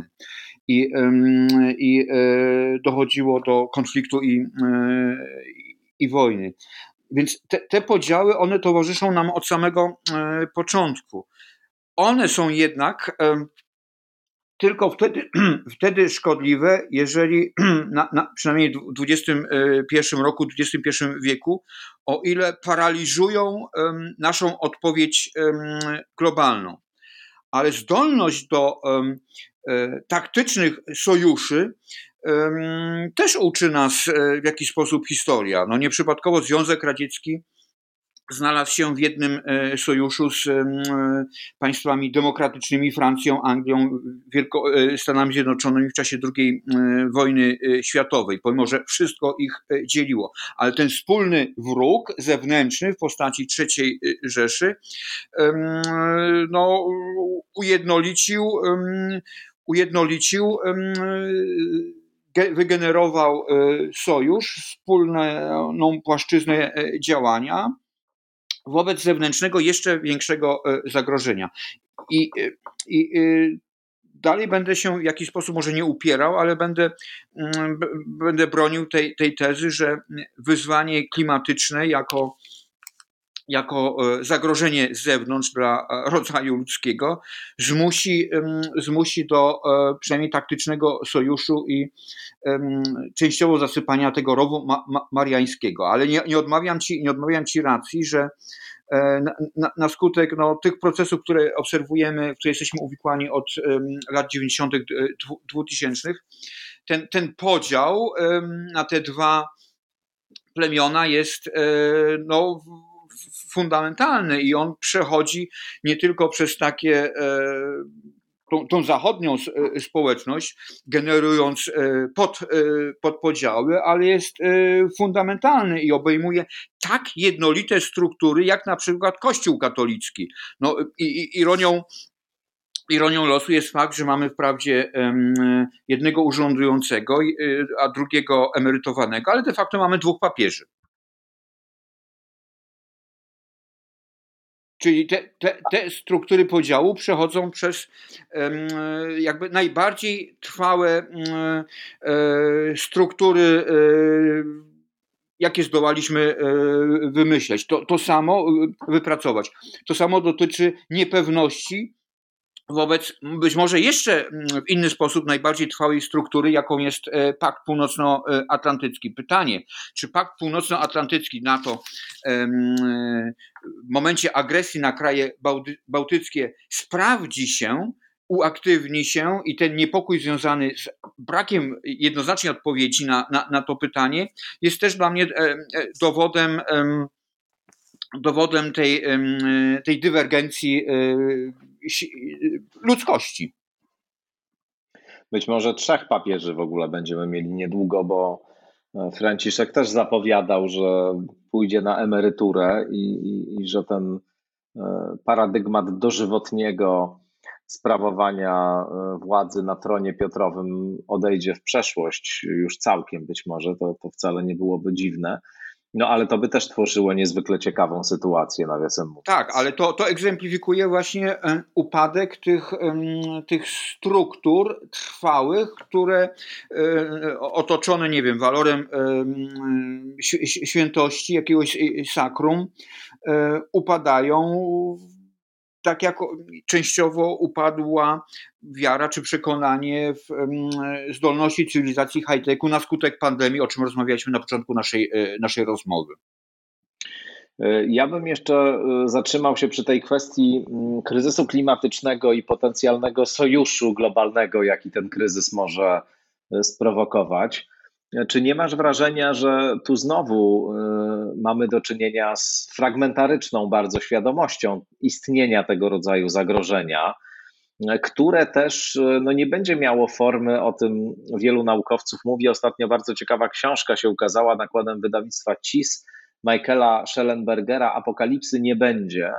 B: i dochodziło do konfliktu i wojny. Więc te podziały, one towarzyszą nam od samego początku. One są jednak tylko wtedy szkodliwe, jeżeli przynajmniej w XXI roku, w XXI wieku, o ile paraliżują naszą odpowiedź globalną. Ale zdolność do taktycznych sojuszy też uczy nas w jakiś sposób historia. No nieprzypadkowo Związek Radziecki znalazł się w jednym sojuszu z państwami demokratycznymi, Francją, Anglią, Stanami Zjednoczonymi w czasie II wojny światowej, pomimo że wszystko ich dzieliło. Ale ten wspólny wróg zewnętrzny w postaci III Rzeszy no, wygenerował sojusz, wspólną płaszczyznę działania wobec zewnętrznego jeszcze większego zagrożenia. I dalej będę się w jakiś sposób może nie upierał, ale będę bronił tej tezy, że wyzwanie klimatyczne jako zagrożenie z zewnątrz dla rodzaju ludzkiego zmusi do przynajmniej taktycznego sojuszu i częściowo zasypania tego rowu mariańskiego. Ale nie odmawiam ci racji, że na skutek tych procesów, które obserwujemy, w które jesteśmy uwikłani od lat 90., 2000, ten podział na te dwa plemiona jest fundamentalny i on przechodzi nie tylko przez takie tą zachodnią społeczność, generując podpodziały, ale jest fundamentalny i obejmuje tak jednolite struktury, jak na przykład Kościół katolicki. No, ironią losu jest fakt, że mamy wprawdzie jednego urzędującego, a drugiego emerytowanego, ale de facto mamy 2 papieży. Czyli te struktury podziału przechodzą przez jakby najbardziej trwałe struktury, jakie zdołaliśmy wymyśleć. To samo wypracować. To samo dotyczy niepewności wobec być może jeszcze w inny sposób najbardziej trwałej struktury, jaką jest Pakt Północnoatlantycki. Pytanie, czy Pakt Północnoatlantycki NATO w momencie agresji na kraje bałtyckie sprawdzi się, uaktywni się i ten niepokój związany z brakiem jednoznacznej odpowiedzi na to pytanie jest też dla mnie dowodem tej dywergencji ludzkości.
C: Być może 3 papieży w ogóle będziemy mieli niedługo, bo Franciszek też zapowiadał, że pójdzie na emeryturę i że ten paradygmat dożywotniego sprawowania władzy na tronie Piotrowym odejdzie w przeszłość już całkiem być może, to wcale nie byłoby dziwne. No ale to by też tworzyło niezwykle ciekawą sytuację, nawiasem mówiąc.
B: Tak, ale to egzemplifikuje właśnie upadek tych struktur trwałych, które otoczone, nie wiem, walorem świętości, jakiegoś sakrum, upadają, tak jak częściowo upadła wiara czy przekonanie w zdolności cywilizacji high-techu na skutek pandemii, o czym rozmawialiśmy na początku naszej rozmowy.
C: Ja bym jeszcze zatrzymał się przy tej kwestii kryzysu klimatycznego i potencjalnego sojuszu globalnego, jaki ten kryzys może sprowokować. Czy nie masz wrażenia, że tu znowu mamy do czynienia z fragmentaryczną bardzo świadomością istnienia tego rodzaju zagrożenia, które też nie będzie miało formy, o tym wielu naukowców mówi. Ostatnio bardzo ciekawa książka się ukazała nakładem wydawnictwa CIS Michaela Schellenbergera, Apokalipsy nie będzie.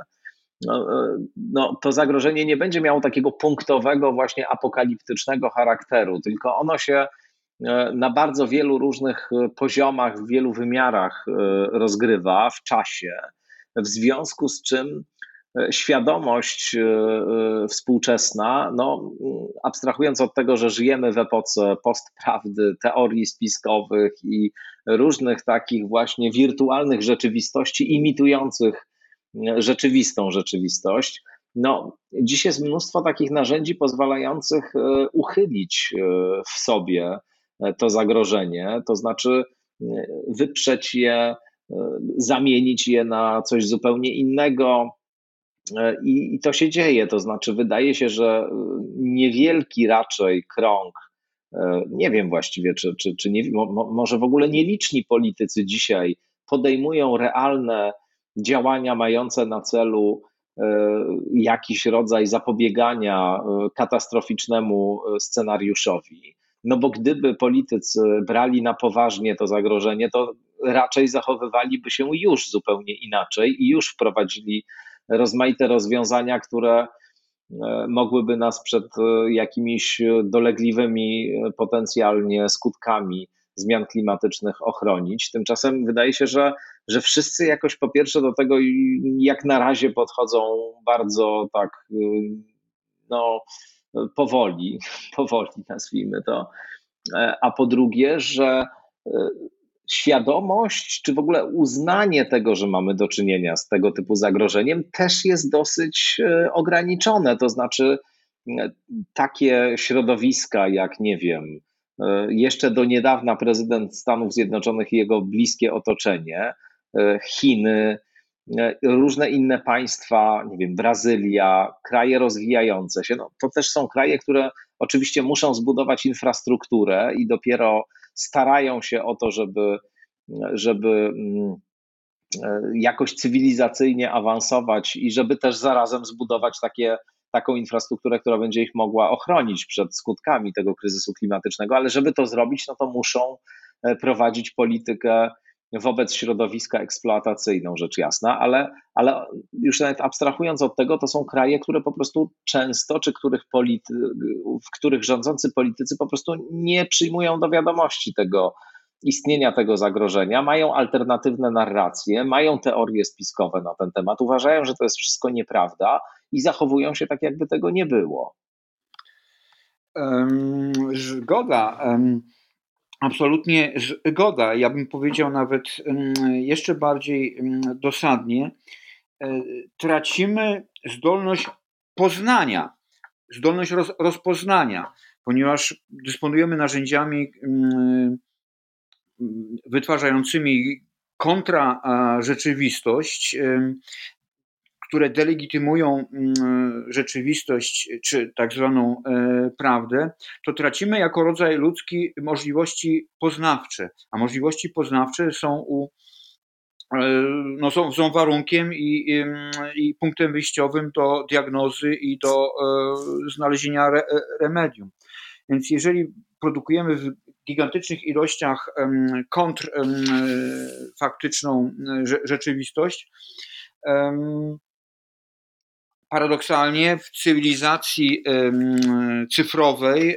C: To zagrożenie nie będzie miało takiego punktowego, właśnie apokaliptycznego charakteru, tylko ono się na bardzo wielu różnych poziomach, w wielu wymiarach rozgrywa w czasie, w związku z czym świadomość współczesna, abstrahując od tego, że żyjemy w epoce postprawdy, teorii spiskowych i różnych takich właśnie wirtualnych rzeczywistości imitujących rzeczywistą rzeczywistość, dziś jest mnóstwo takich narzędzi pozwalających uchylić w sobie to zagrożenie, to znaczy wyprzeć je, zamienić je na coś zupełnie innego. I to się dzieje, to znaczy wydaje się, że niewielki raczej krąg, nie wiem właściwie, czy nie, może w ogóle nieliczni politycy dzisiaj podejmują realne działania mające na celu jakiś rodzaj zapobiegania katastroficznemu scenariuszowi. Bo gdyby politycy brali na poważnie to zagrożenie, to raczej zachowywaliby się już zupełnie inaczej i już wprowadzili rozmaite rozwiązania, które mogłyby nas przed jakimiś dolegliwymi potencjalnie skutkami zmian klimatycznych ochronić. Tymczasem wydaje się, że wszyscy jakoś po pierwsze do tego jak na razie podchodzą bardzo tak powoli nazwijmy to, a po drugie, że świadomość, czy w ogóle uznanie tego, że mamy do czynienia z tego typu zagrożeniem, też jest dosyć ograniczone. To znaczy, takie środowiska jak, nie wiem, jeszcze do niedawna prezydent Stanów Zjednoczonych i jego bliskie otoczenie, Chiny, różne inne państwa, nie wiem, Brazylia, kraje rozwijające się, to też są kraje, które oczywiście muszą zbudować infrastrukturę i dopiero starają się o to, żeby jakoś cywilizacyjnie awansować i żeby też zarazem zbudować taką infrastrukturę, która będzie ich mogła ochronić przed skutkami tego kryzysu klimatycznego, ale żeby to zrobić, to muszą prowadzić politykę wobec środowiska eksploatacyjną, rzecz jasna, ale już nawet abstrahując od tego, to są kraje, które po prostu często, czy w których rządzący politycy po prostu nie przyjmują do wiadomości istnienia tego zagrożenia, mają alternatywne narracje, mają teorie spiskowe na ten temat, uważają, że to jest wszystko nieprawda i zachowują się tak, jakby tego nie było.
B: Zgoda. Absolutnie zgoda. Ja bym powiedział nawet jeszcze bardziej dosadnie. Tracimy zdolność poznania, zdolność rozpoznania, ponieważ dysponujemy narzędziami wytwarzającymi kontrarzeczywistość, które delegitymują rzeczywistość czy tak zwaną prawdę, to tracimy jako rodzaj ludzki możliwości poznawcze, a możliwości poznawcze są warunkiem i punktem wyjściowym do diagnozy i do znalezienia remedium. Więc jeżeli produkujemy w gigantycznych ilościach kontrfaktyczną rzeczywistość, paradoksalnie w cywilizacji cyfrowej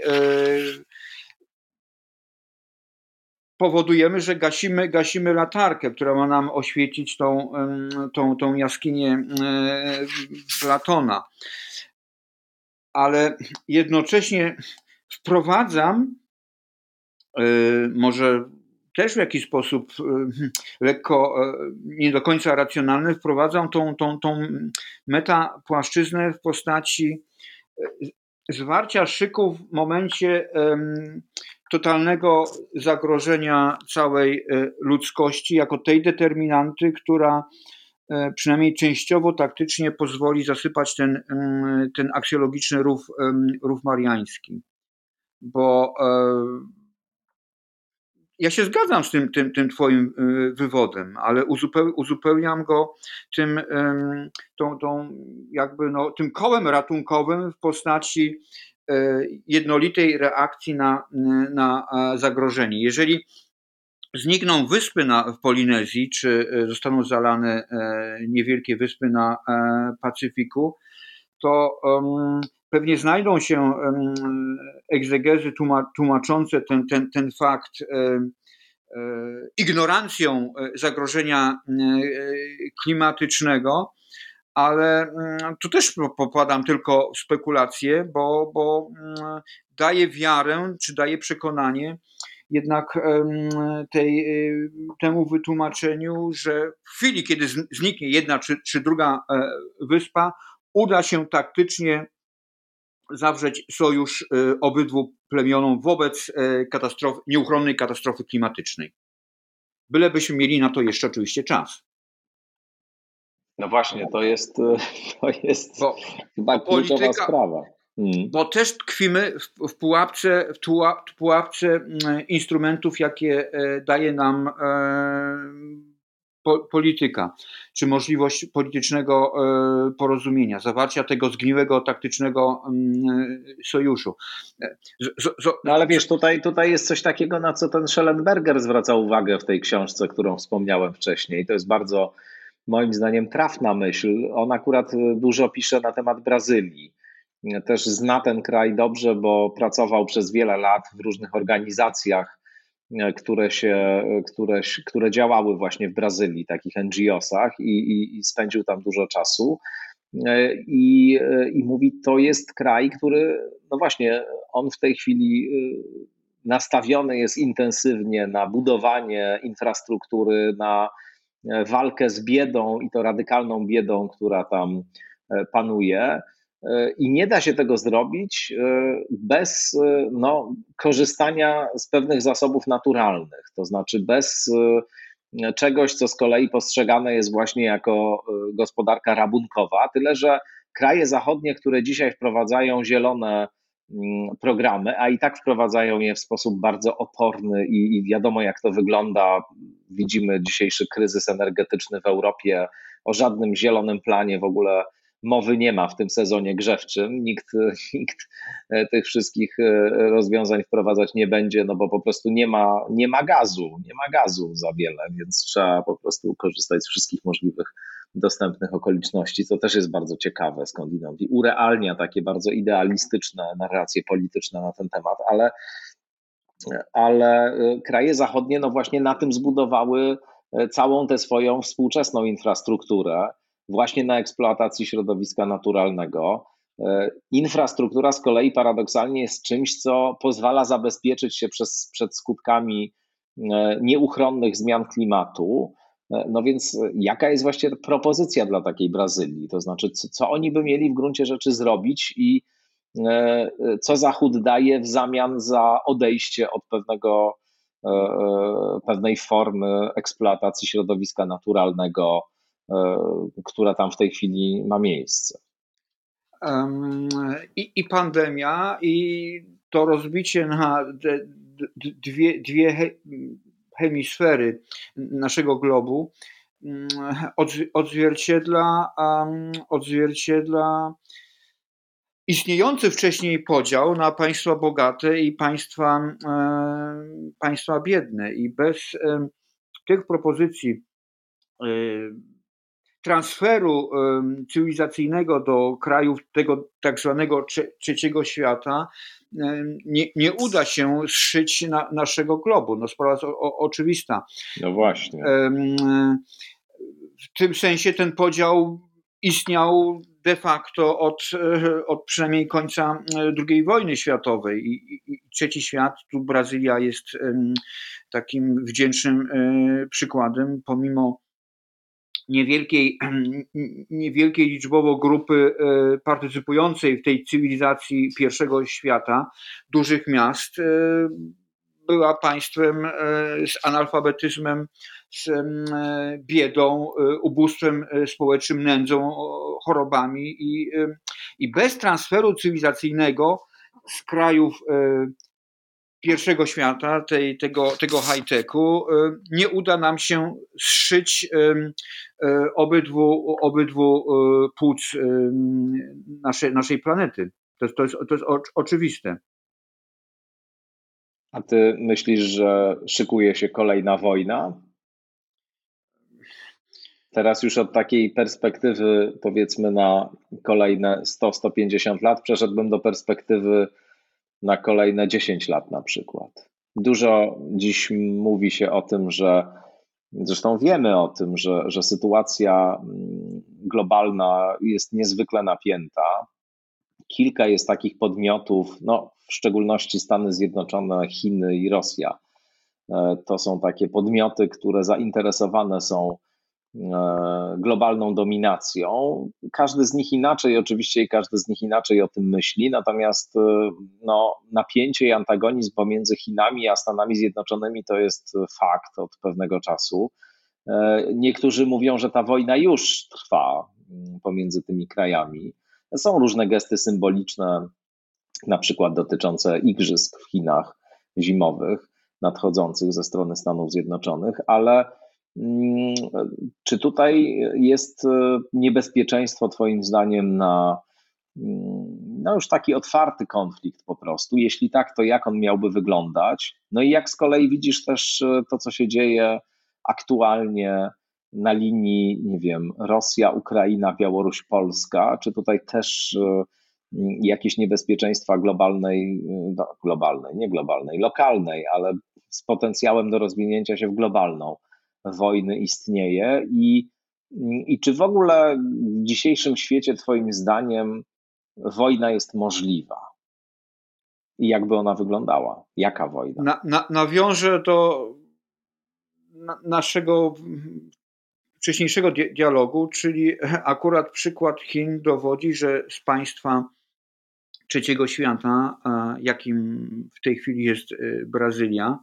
B: powodujemy, że gasimy latarkę, która ma nam oświecić tą jaskinię Platona. Ale jednocześnie wprowadzam, może też w jakiś sposób lekko nie do końca racjonalny, wprowadzam tą metapłaszczyznę w postaci zwarcia szyków w momencie totalnego zagrożenia całej ludzkości jako tej determinanty, która przynajmniej częściowo taktycznie pozwoli zasypać ten aksjologiczny rów mariański. Bo ja się zgadzam z tym twoim wywodem, ale uzupełniam go tym kołem ratunkowym w postaci jednolitej reakcji na zagrożenie. Jeżeli znikną wyspy w Polinezji, czy zostaną zalane niewielkie wyspy na Pacyfiku, to pewnie znajdą się egzegezy tłumaczące ten fakt ignorancją zagrożenia klimatycznego, ale tu też popadam tylko w spekulacje, bo daje wiarę, czy daje przekonanie jednak temu wytłumaczeniu, że w chwili, kiedy zniknie jedna czy druga wyspa, uda się taktycznie zawrzeć sojusz obydwu plemionom wobec nieuchronnej katastrofy klimatycznej. Bylebyśmy mieli na to jeszcze oczywiście czas.
C: No właśnie, to jest chyba kluczowa sprawa.
B: Bo też tkwimy w pułapce instrumentów, jakie daje nam polityka, czy możliwość politycznego porozumienia, zawarcia tego zgniłego, taktycznego sojuszu.
C: No ale wiesz, tutaj jest coś takiego, na co ten Schellenberger zwraca uwagę w tej książce, którą wspomniałem wcześniej. To jest bardzo, moim zdaniem, trafna myśl. On akurat dużo pisze na temat Brazylii. Też zna ten kraj dobrze, bo pracował przez wiele lat w różnych organizacjach, które działały właśnie w Brazylii, takich NGO-sach i spędził tam dużo czasu. I mówi, to jest kraj, który, no właśnie, on w tej chwili nastawiony jest intensywnie na budowanie infrastruktury, na walkę z biedą i to radykalną biedą, która tam panuje. I nie da się tego zrobić bez korzystania z pewnych zasobów naturalnych, to znaczy bez czegoś, co z kolei postrzegane jest właśnie jako gospodarka rabunkowa, tyle że kraje zachodnie, które dzisiaj wprowadzają zielone programy, a i tak wprowadzają je w sposób bardzo oporny i wiadomo, jak to wygląda. Widzimy dzisiejszy kryzys energetyczny w Europie. O żadnym zielonym planie w ogóle mowy nie ma w tym sezonie grzewczym. Nikt tych wszystkich rozwiązań wprowadzać nie będzie, no bo po prostu nie ma gazu za wiele, więc trzeba po prostu korzystać z wszystkich możliwych dostępnych okoliczności, co też jest bardzo ciekawe skądinąd i urealnia takie bardzo idealistyczne narracje polityczne na ten temat, ale kraje zachodnie no właśnie na tym zbudowały całą tę swoją współczesną infrastrukturę, właśnie na eksploatacji środowiska naturalnego. Infrastruktura z kolei paradoksalnie jest czymś, co pozwala zabezpieczyć się przed skutkami nieuchronnych zmian klimatu. No więc jaka jest właściwie propozycja dla takiej Brazylii? To znaczy, co oni by mieli w gruncie rzeczy zrobić i co Zachód daje w zamian za odejście od pewnej formy eksploatacji środowiska naturalnego, która tam w tej chwili ma miejsce.
B: I pandemia, i to rozbicie na dwie hemisfery naszego globu odzwierciedla istniejący wcześniej podział na państwa bogate i państwa biedne. I bez tych propozycji transferu cywilizacyjnego do krajów tego tak zwanego trzeciego świata nie uda się zszyć naszego globu. No, sprawa jest oczywista.
C: No właśnie.
B: W tym sensie ten podział istniał de facto od przynajmniej końca II wojny światowej i trzeci świat, tu Brazylia jest takim wdzięcznym przykładem, pomimo niewielkiej liczbowo grupy partycypującej w tej cywilizacji pierwszego świata, dużych miast, była państwem z analfabetyzmem, z biedą, ubóstwem społecznym, nędzą, chorobami i bez transferu cywilizacyjnego z krajów pierwszego świata, tego high-techu, nie uda nam się zszyć obydwu płuc naszej planety. To jest oczywiste.
C: A ty myślisz, że szykuje się kolejna wojna? Teraz już od takiej perspektywy, powiedzmy, na kolejne 100-150 lat przeszedłbym do perspektywy na kolejne 10 lat na przykład. Dużo dziś mówi się o tym, zresztą wiemy o tym, że sytuacja globalna jest niezwykle napięta. Kilka jest takich podmiotów, w szczególności Stany Zjednoczone, Chiny i Rosja. To są takie podmioty, które zainteresowane są globalną dominacją. Każdy z nich inaczej oczywiście i każdy z nich inaczej o tym myśli, natomiast napięcie i antagonizm pomiędzy Chinami a Stanami Zjednoczonymi to jest fakt od pewnego czasu. Niektórzy mówią, że ta wojna już trwa pomiędzy tymi krajami. Są różne gesty symboliczne, na przykład dotyczące igrzysk w Chinach zimowych nadchodzących ze strony Stanów Zjednoczonych, ale czy tutaj jest niebezpieczeństwo twoim zdaniem na już taki otwarty konflikt po prostu? Jeśli tak, to jak on miałby wyglądać? No i jak z kolei widzisz też to, co się dzieje aktualnie na linii, nie wiem, Rosja, Ukraina, Białoruś, Polska? Czy tutaj też jakieś niebezpieczeństwa lokalnej, ale z potencjałem do rozwinięcia się w globalną wojny istnieje i czy w ogóle w dzisiejszym świecie twoim zdaniem wojna jest możliwa? I jakby ona wyglądała? Jaka wojna?
B: Nawiążę do naszego wcześniejszego dialogu, czyli akurat przykład Chin dowodzi, że z państwa trzeciego świata, jakim w tej chwili jest Brazylia,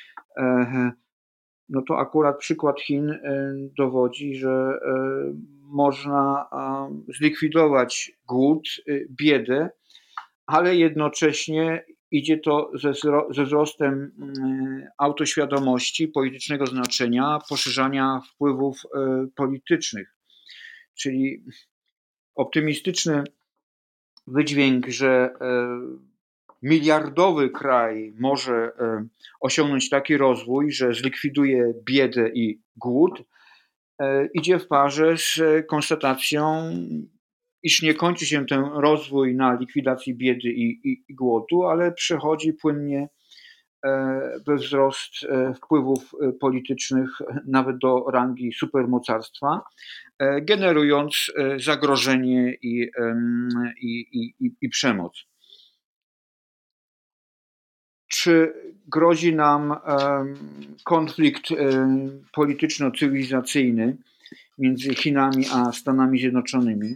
B: no to akurat przykład Chin dowodzi, że można zlikwidować głód, biedę, ale jednocześnie idzie to ze wzrostem autoświadomości, politycznego znaczenia, poszerzania wpływów politycznych. Czyli optymistyczny wydźwięk, że miliardowy kraj może osiągnąć taki rozwój, że zlikwiduje biedę i głód, idzie w parze z konstatacją, iż nie kończy się ten rozwój na likwidacji biedy i głodu, ale przechodzi płynnie we wzrost wpływów politycznych nawet do rangi supermocarstwa, generując zagrożenie i przemoc. Czy grozi nam konflikt polityczno-cywilizacyjny między Chinami a Stanami Zjednoczonymi?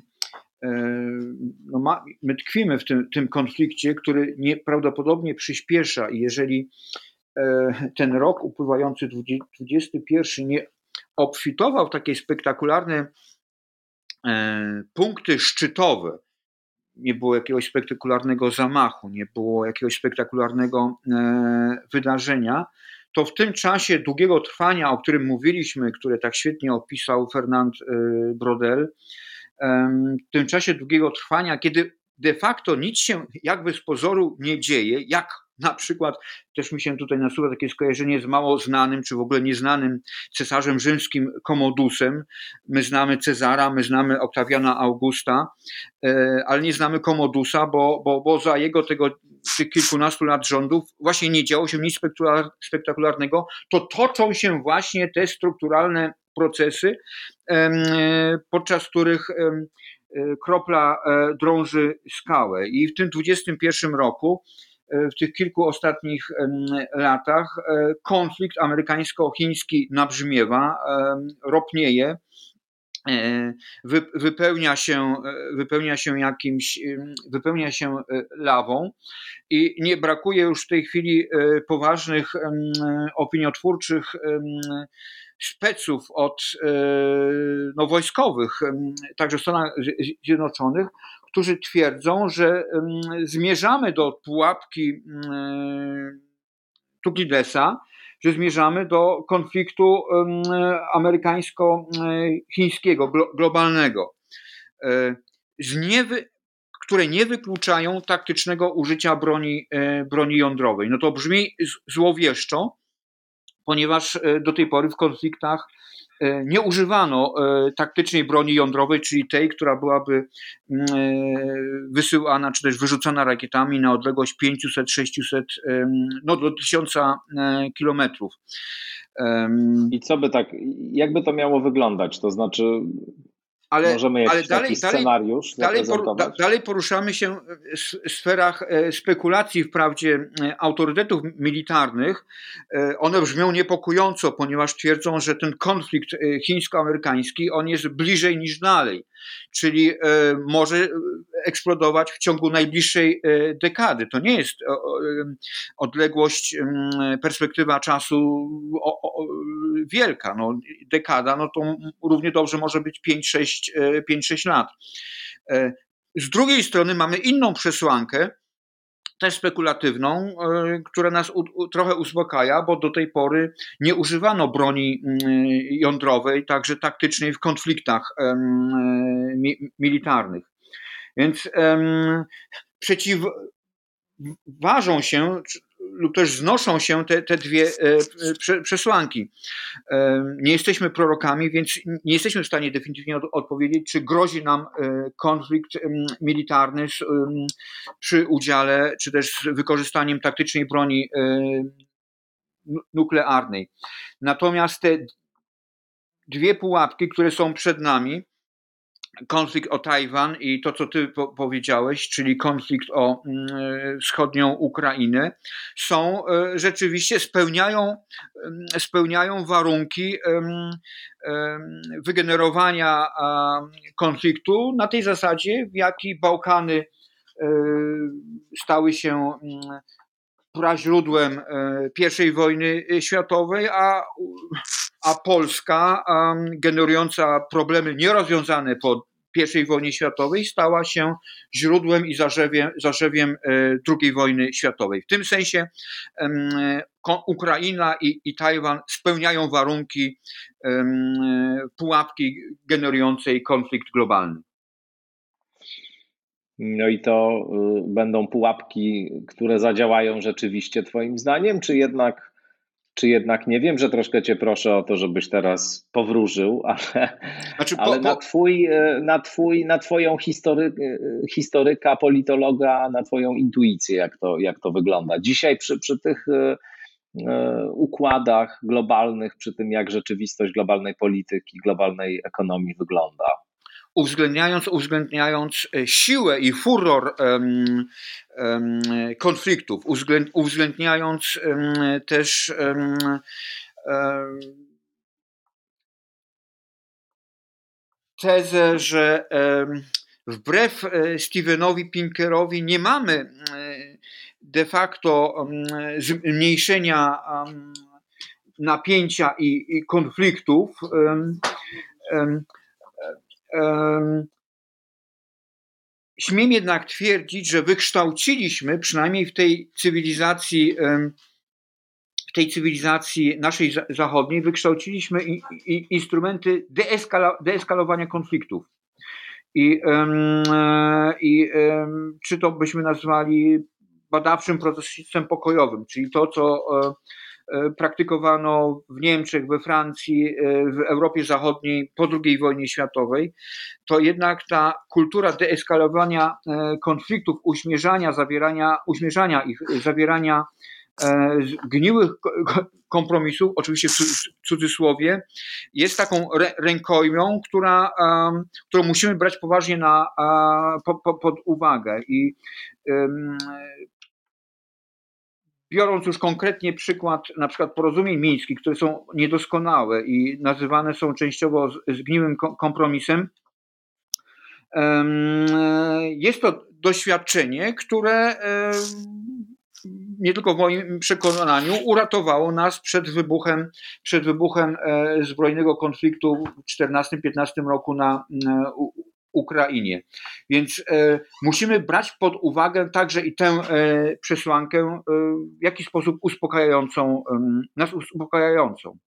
B: My tkwimy w tym konflikcie, który prawdopodobnie przyspiesza i jeżeli ten rok upływający 2021 nie obfitował w takie spektakularne punkty szczytowe, nie było jakiegoś spektakularnego zamachu, nie było jakiegoś spektakularnego wydarzenia, to w tym czasie długiego trwania, o którym mówiliśmy, które tak świetnie opisał Fernand Braudel, w tym czasie długiego trwania, kiedy de facto nic się jakby z pozoru nie dzieje, jak na przykład, też mi się tutaj nasuwa takie skojarzenie z mało znanym, czy w ogóle nieznanym cesarzem rzymskim Commodusem. My znamy Cezara, my znamy Oktawiana Augusta, ale nie znamy Commodusa, bo za jego tych kilkunastu lat rządów właśnie nie działo się nic spektakularnego. To toczą się właśnie te strukturalne procesy, podczas których kropla drąży skałę. I w tym 2021 roku, w tych kilku ostatnich latach, konflikt amerykańsko-chiński nabrzmiewa, ropnieje. wypełnia się lawą i nie brakuje już w tej chwili poważnych opiniotwórczych speców wojskowych, także w Stanach Zjednoczonych, którzy twierdzą, że zmierzamy do pułapki Tuklidesa, że zmierzamy do konfliktu amerykańsko-chińskiego, globalnego, które nie wykluczają taktycznego użycia broni jądrowej. No to brzmi złowieszczo, ponieważ do tej pory w konfliktach nie używano taktycznej broni jądrowej, czyli tej, która byłaby wysyłana czy też wyrzucana rakietami na odległość 500, 600, do 1000 kilometrów.
C: I jakby to miało wyglądać? To znaczy, możemy jakiś taki scenariusz zaprezentować?
B: Dalej poruszamy się w sferach spekulacji, wprawdzie autorytetów militarnych. One brzmią niepokojąco, ponieważ twierdzą, że ten konflikt chińsko-amerykański, on jest bliżej niż dalej, czyli może eksplodować w ciągu najbliższej dekady. To nie jest odległość, perspektywa czasu wielka. No, dekada, no to równie dobrze może być 5-6 lat. Z drugiej strony mamy inną przesłankę, też spekulatywną, która nas trochę uspokaja, bo do tej pory nie używano broni jądrowej, także taktycznej w konfliktach militarnych. Więc ważą się lub też znoszą się te dwie przesłanki. Nie jesteśmy prorokami, więc nie jesteśmy w stanie definitywnie odpowiedzieć, czy grozi nam konflikt militarny przy udziale, czy też z wykorzystaniem taktycznej broni nuklearnej. Natomiast te dwie pułapki, które są przed nami, konflikt o Tajwan i to, co ty powiedziałeś, czyli konflikt o wschodnią Ukrainę, rzeczywiście spełniają warunki wygenerowania konfliktu na tej zasadzie, w jakiej Bałkany stały się praźródłem I wojny światowej, a Polska, generująca problemy nierozwiązane po I wojnie światowej, stała się źródłem i zarzewiem II wojny światowej. W tym sensie Ukraina i Tajwan spełniają warunki pułapki generującej konflikt globalny.
C: No i to będą pułapki, które zadziałają rzeczywiście twoim zdaniem, czy jednak nie wiem, że troszkę cię proszę o to, żebyś teraz powróżył, ale na twoją historyka, politologa, na twoją intuicję, jak to wygląda. Dzisiaj przy tych układach globalnych, przy tym jak rzeczywistość globalnej polityki, globalnej ekonomii wygląda.
B: Uwzględniając siłę i furor konfliktów, uwzględniając też tezę, że wbrew Stevenowi Pinkerowi nie mamy de facto zmniejszenia napięcia i konfliktów, śmiem jednak twierdzić, że wykształciliśmy, przynajmniej w tej cywilizacji naszej zachodniej, wykształciliśmy instrumenty deeskalowania konfliktów. I czy to byśmy nazwali badawczym procesem pokojowym, czyli to, co praktykowano w Niemczech, we Francji, w Europie Zachodniej po II wojnie światowej, to jednak ta kultura deeskalowania konfliktów, uśmierzania ich, zawierania gniłych kompromisów, oczywiście w cudzysłowie, jest taką rękojmią, którą musimy brać poważnie pod uwagę. I biorąc już konkretnie przykład na przykład porozumień mińskich, które są niedoskonałe i nazywane są częściowo zgniłym kompromisem, jest to doświadczenie, które nie tylko w moim przekonaniu uratowało nas przed wybuchem zbrojnego konfliktu w 2014-2015 roku na Ukrainie. Więc musimy brać pod uwagę także i tę przesłankę w jakiś sposób nas uspokajającą.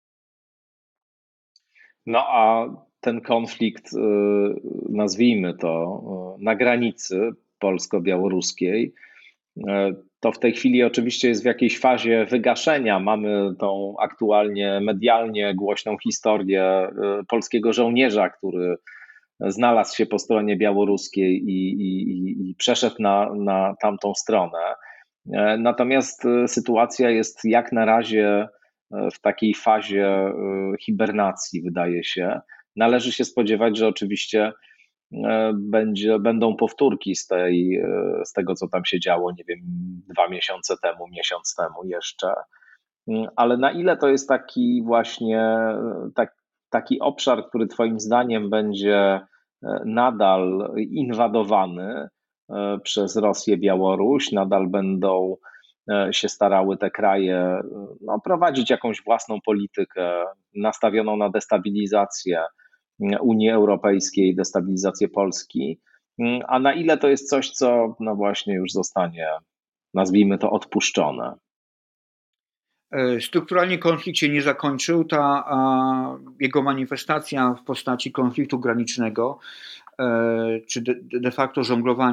C: No a ten konflikt, nazwijmy to, na granicy polsko-białoruskiej, to w tej chwili oczywiście jest w jakiejś fazie wygaszenia. Mamy tą aktualnie medialnie głośną historię polskiego żołnierza, który znalazł się po stronie białoruskiej i przeszedł na tamtą stronę. Natomiast sytuacja jest jak na razie w takiej fazie hibernacji, wydaje się. Należy się spodziewać, że oczywiście będą powtórki z tego, co tam się działo, nie wiem, 2 miesiące temu, miesiąc temu jeszcze. Ale na ile to jest taki właśnie taki obszar, który twoim zdaniem będzie nadal inwadowany przez Rosję, Białoruś, nadal będą się starały te kraje prowadzić jakąś własną politykę nastawioną na destabilizację Unii Europejskiej, destabilizację Polski, a na ile to jest coś, co właśnie już zostanie, nazwijmy to, odpuszczone.
B: Strukturalnie konflikt się nie zakończył. Jego manifestacja w postaci konfliktu granicznego, czy de facto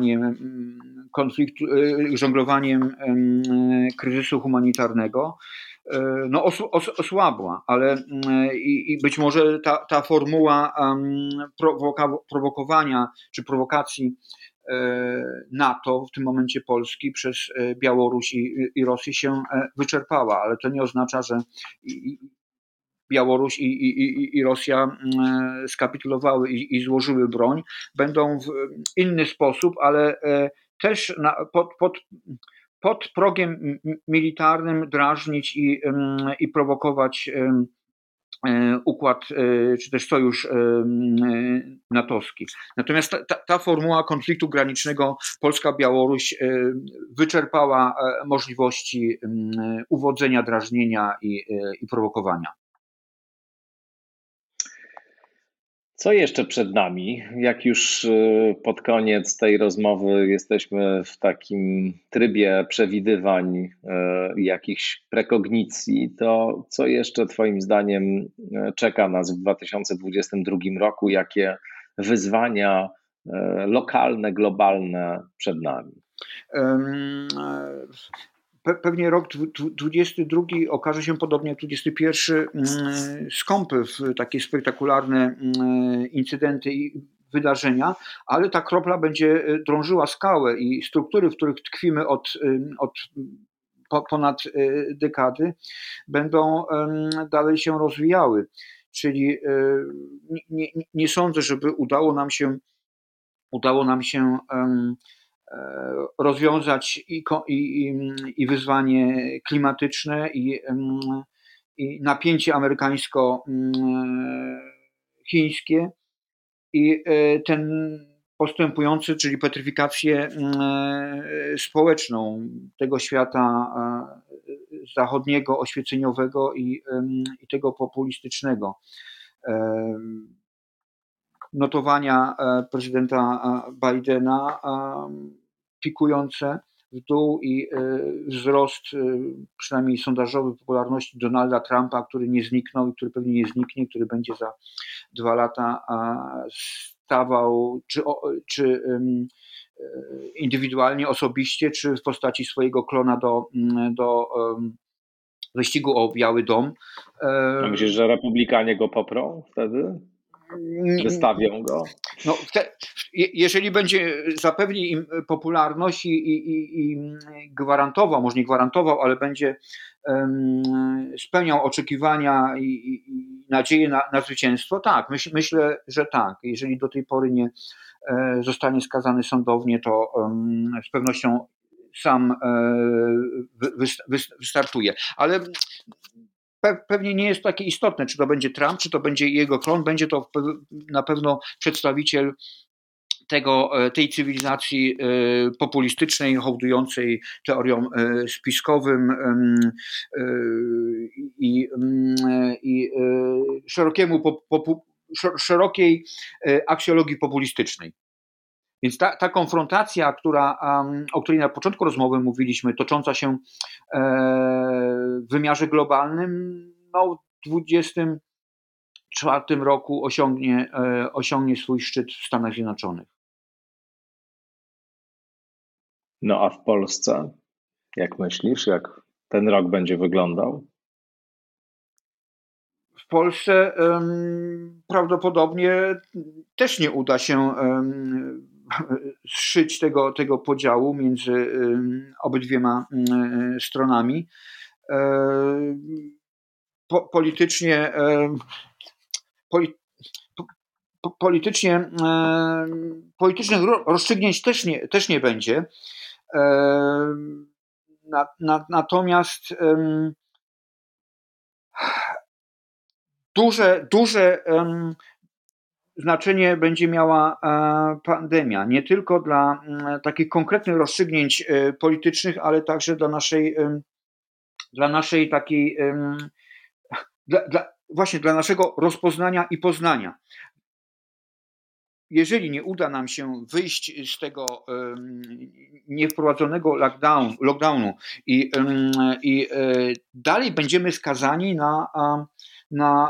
B: żonglowaniem kryzysu humanitarnego, osłabła, ale i być może ta formuła prowokowania czy prowokacji NATO, w tym momencie Polski, przez Białoruś i Rosję się wyczerpała, ale to nie oznacza, że Białoruś i Rosja skapitulowały i złożyły broń. Będą w inny sposób, ale też pod progiem militarnym drażnić i prowokować układ czy też sojusz natowski. Natomiast ta formuła konfliktu granicznego Polska-Białoruś wyczerpała możliwości uwodzenia, drażnienia i prowokowania.
C: Co jeszcze przed nami? Jak już pod koniec tej rozmowy jesteśmy w takim trybie przewidywań, jakichś prekognicji, to co jeszcze Twoim zdaniem czeka nas w 2022 roku? Jakie wyzwania lokalne, globalne przed nami?
B: Pewnie rok 2022 okaże się podobnie jak 2021 skąpy w takie spektakularne incydenty i wydarzenia, ale ta kropla będzie drążyła skałę i struktury, w których tkwimy od ponad dekady, będą dalej się rozwijały. Czyli nie sądzę, żeby udało nam się rozwiązać i wyzwanie klimatyczne i napięcie amerykańsko-chińskie i ten postępujący, czyli petryfikację społeczną tego świata zachodniego, oświeceniowego i tego populistycznego. Notowania prezydenta Bidena pikujące w dół i wzrost, przynajmniej sondażowy, popularności Donalda Trumpa, który nie zniknął i który pewnie nie zniknie, który będzie za 2 lata stawał czy indywidualnie, osobiście, czy w postaci swojego klona do wyścigu o Biały Dom.
C: A myślisz, że republikanie go poprą wtedy? Wystawią go?
B: Jeżeli zapewni im popularność i gwarantował, może nie gwarantował, ale będzie spełniał oczekiwania i nadzieję na zwycięstwo, tak, myślę, że tak. Jeżeli do tej pory nie zostanie skazany sądownie, to z pewnością sam wystartuje. Ale pewnie nie jest takie istotne, czy to będzie Trump, czy to będzie jego klon, będzie to na pewno przedstawiciel tej cywilizacji populistycznej, hołdującej teoriom spiskowym i szerokiej aksjologii populistycznej. Więc ta konfrontacja, o której na początku rozmowy mówiliśmy, tocząca się w wymiarze globalnym, w 2024 roku osiągnie swój szczyt w Stanach Zjednoczonych.
C: No a w Polsce, jak myślisz, jak ten rok będzie wyglądał?
B: W Polsce prawdopodobnie też nie uda się zszyć tego podziału między obydwiema stronami. Politycznych rozstrzygnięć też nie będzie. Natomiast duże znaczenie będzie miała pandemia, nie tylko dla takich konkretnych rozstrzygnięć politycznych, ale także dla naszej takiej, właśnie dla naszego rozpoznania i poznania. Jeżeli nie uda nam się wyjść z tego niewprowadzonego lockdownu i dalej będziemy skazani na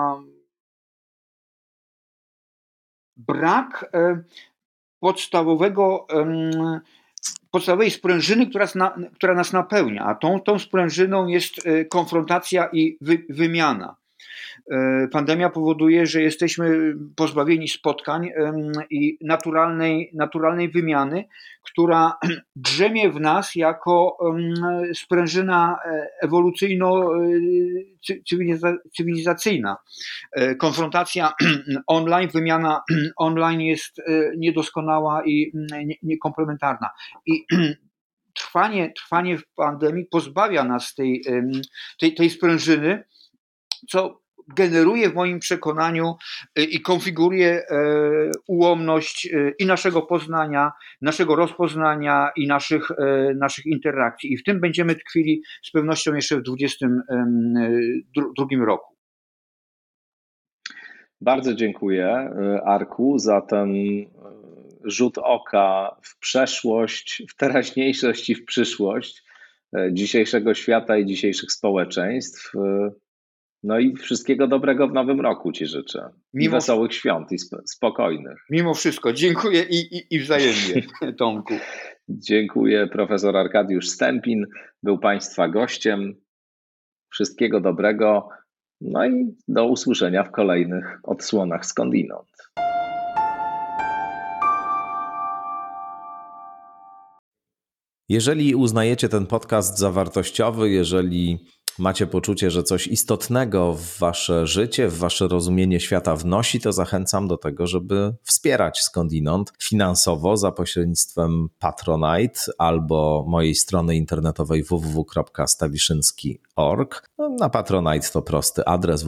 B: brak podstawowej sprężyny, która nas napełnia, a tą sprężyną jest konfrontacja i wymiana. Pandemia powoduje, że jesteśmy pozbawieni spotkań i naturalnej wymiany, która drzemie w nas jako sprężyna ewolucyjno-cywilizacyjna. Konfrontacja online, wymiana online jest niedoskonała i niekomplementarna. I trwanie w pandemii pozbawia nas tej sprężyny, co generuje w moim przekonaniu i konfiguruje ułomność i naszego poznania, naszego rozpoznania i naszych interakcji. I w tym będziemy tkwili z pewnością jeszcze w 2022 roku.
C: Bardzo dziękuję, Arku, za ten rzut oka w przeszłość, w teraźniejszość i w przyszłość dzisiejszego świata i dzisiejszych społeczeństw. No i wszystkiego dobrego w nowym roku Ci życzę. I wesołych świąt, i spokojnych.
B: Mimo wszystko, dziękuję i wzajemnie, Tomku.
C: Dziękuję, profesor Arkadiusz Stempin był Państwa gościem. Wszystkiego dobrego, no i do usłyszenia w kolejnych odsłonach Skądinąd.
A: Jeżeli uznajecie ten podcast za wartościowy, jeżeli macie poczucie, że coś istotnego w wasze życie, w wasze rozumienie świata wnosi, to zachęcam do tego, żeby wspierać Skądinąd finansowo za pośrednictwem Patronite albo mojej strony internetowej www.stawiszynski.org. Na Patronite to prosty adres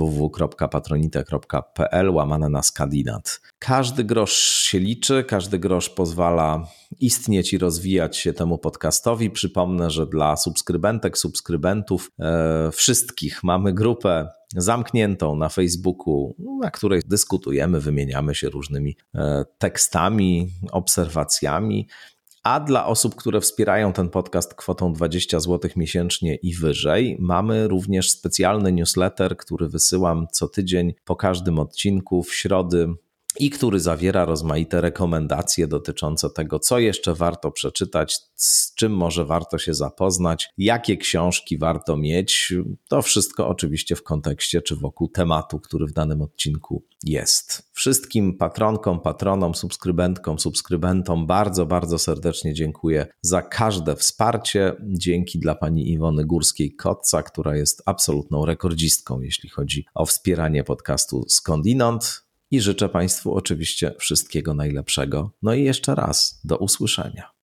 A: www.patronite.pl/Skandinat. Każdy grosz się liczy, każdy grosz pozwala istnieć i rozwijać się temu podcastowi. Przypomnę, że dla subskrybentek, subskrybentów wszystkich mamy grupę zamkniętą na Facebooku, na której dyskutujemy, wymieniamy się różnymi tekstami, obserwacjami. A dla osób, które wspierają ten podcast kwotą 20 zł miesięcznie i wyżej, mamy również specjalny newsletter, który wysyłam co tydzień po każdym odcinku w środy i który zawiera rozmaite rekomendacje dotyczące tego, co jeszcze warto przeczytać, z czym może warto się zapoznać, jakie książki warto mieć. To wszystko oczywiście w kontekście czy wokół tematu, który w danym odcinku jest. Wszystkim patronkom, patronom, subskrybentkom, subskrybentom bardzo, bardzo serdecznie dziękuję za każde wsparcie. Dzięki dla pani Iwony Górskiej-Kotca, która jest absolutną rekordzistką, jeśli chodzi o wspieranie podcastu Skądinąd. I życzę Państwu oczywiście wszystkiego najlepszego. No i jeszcze raz do usłyszenia.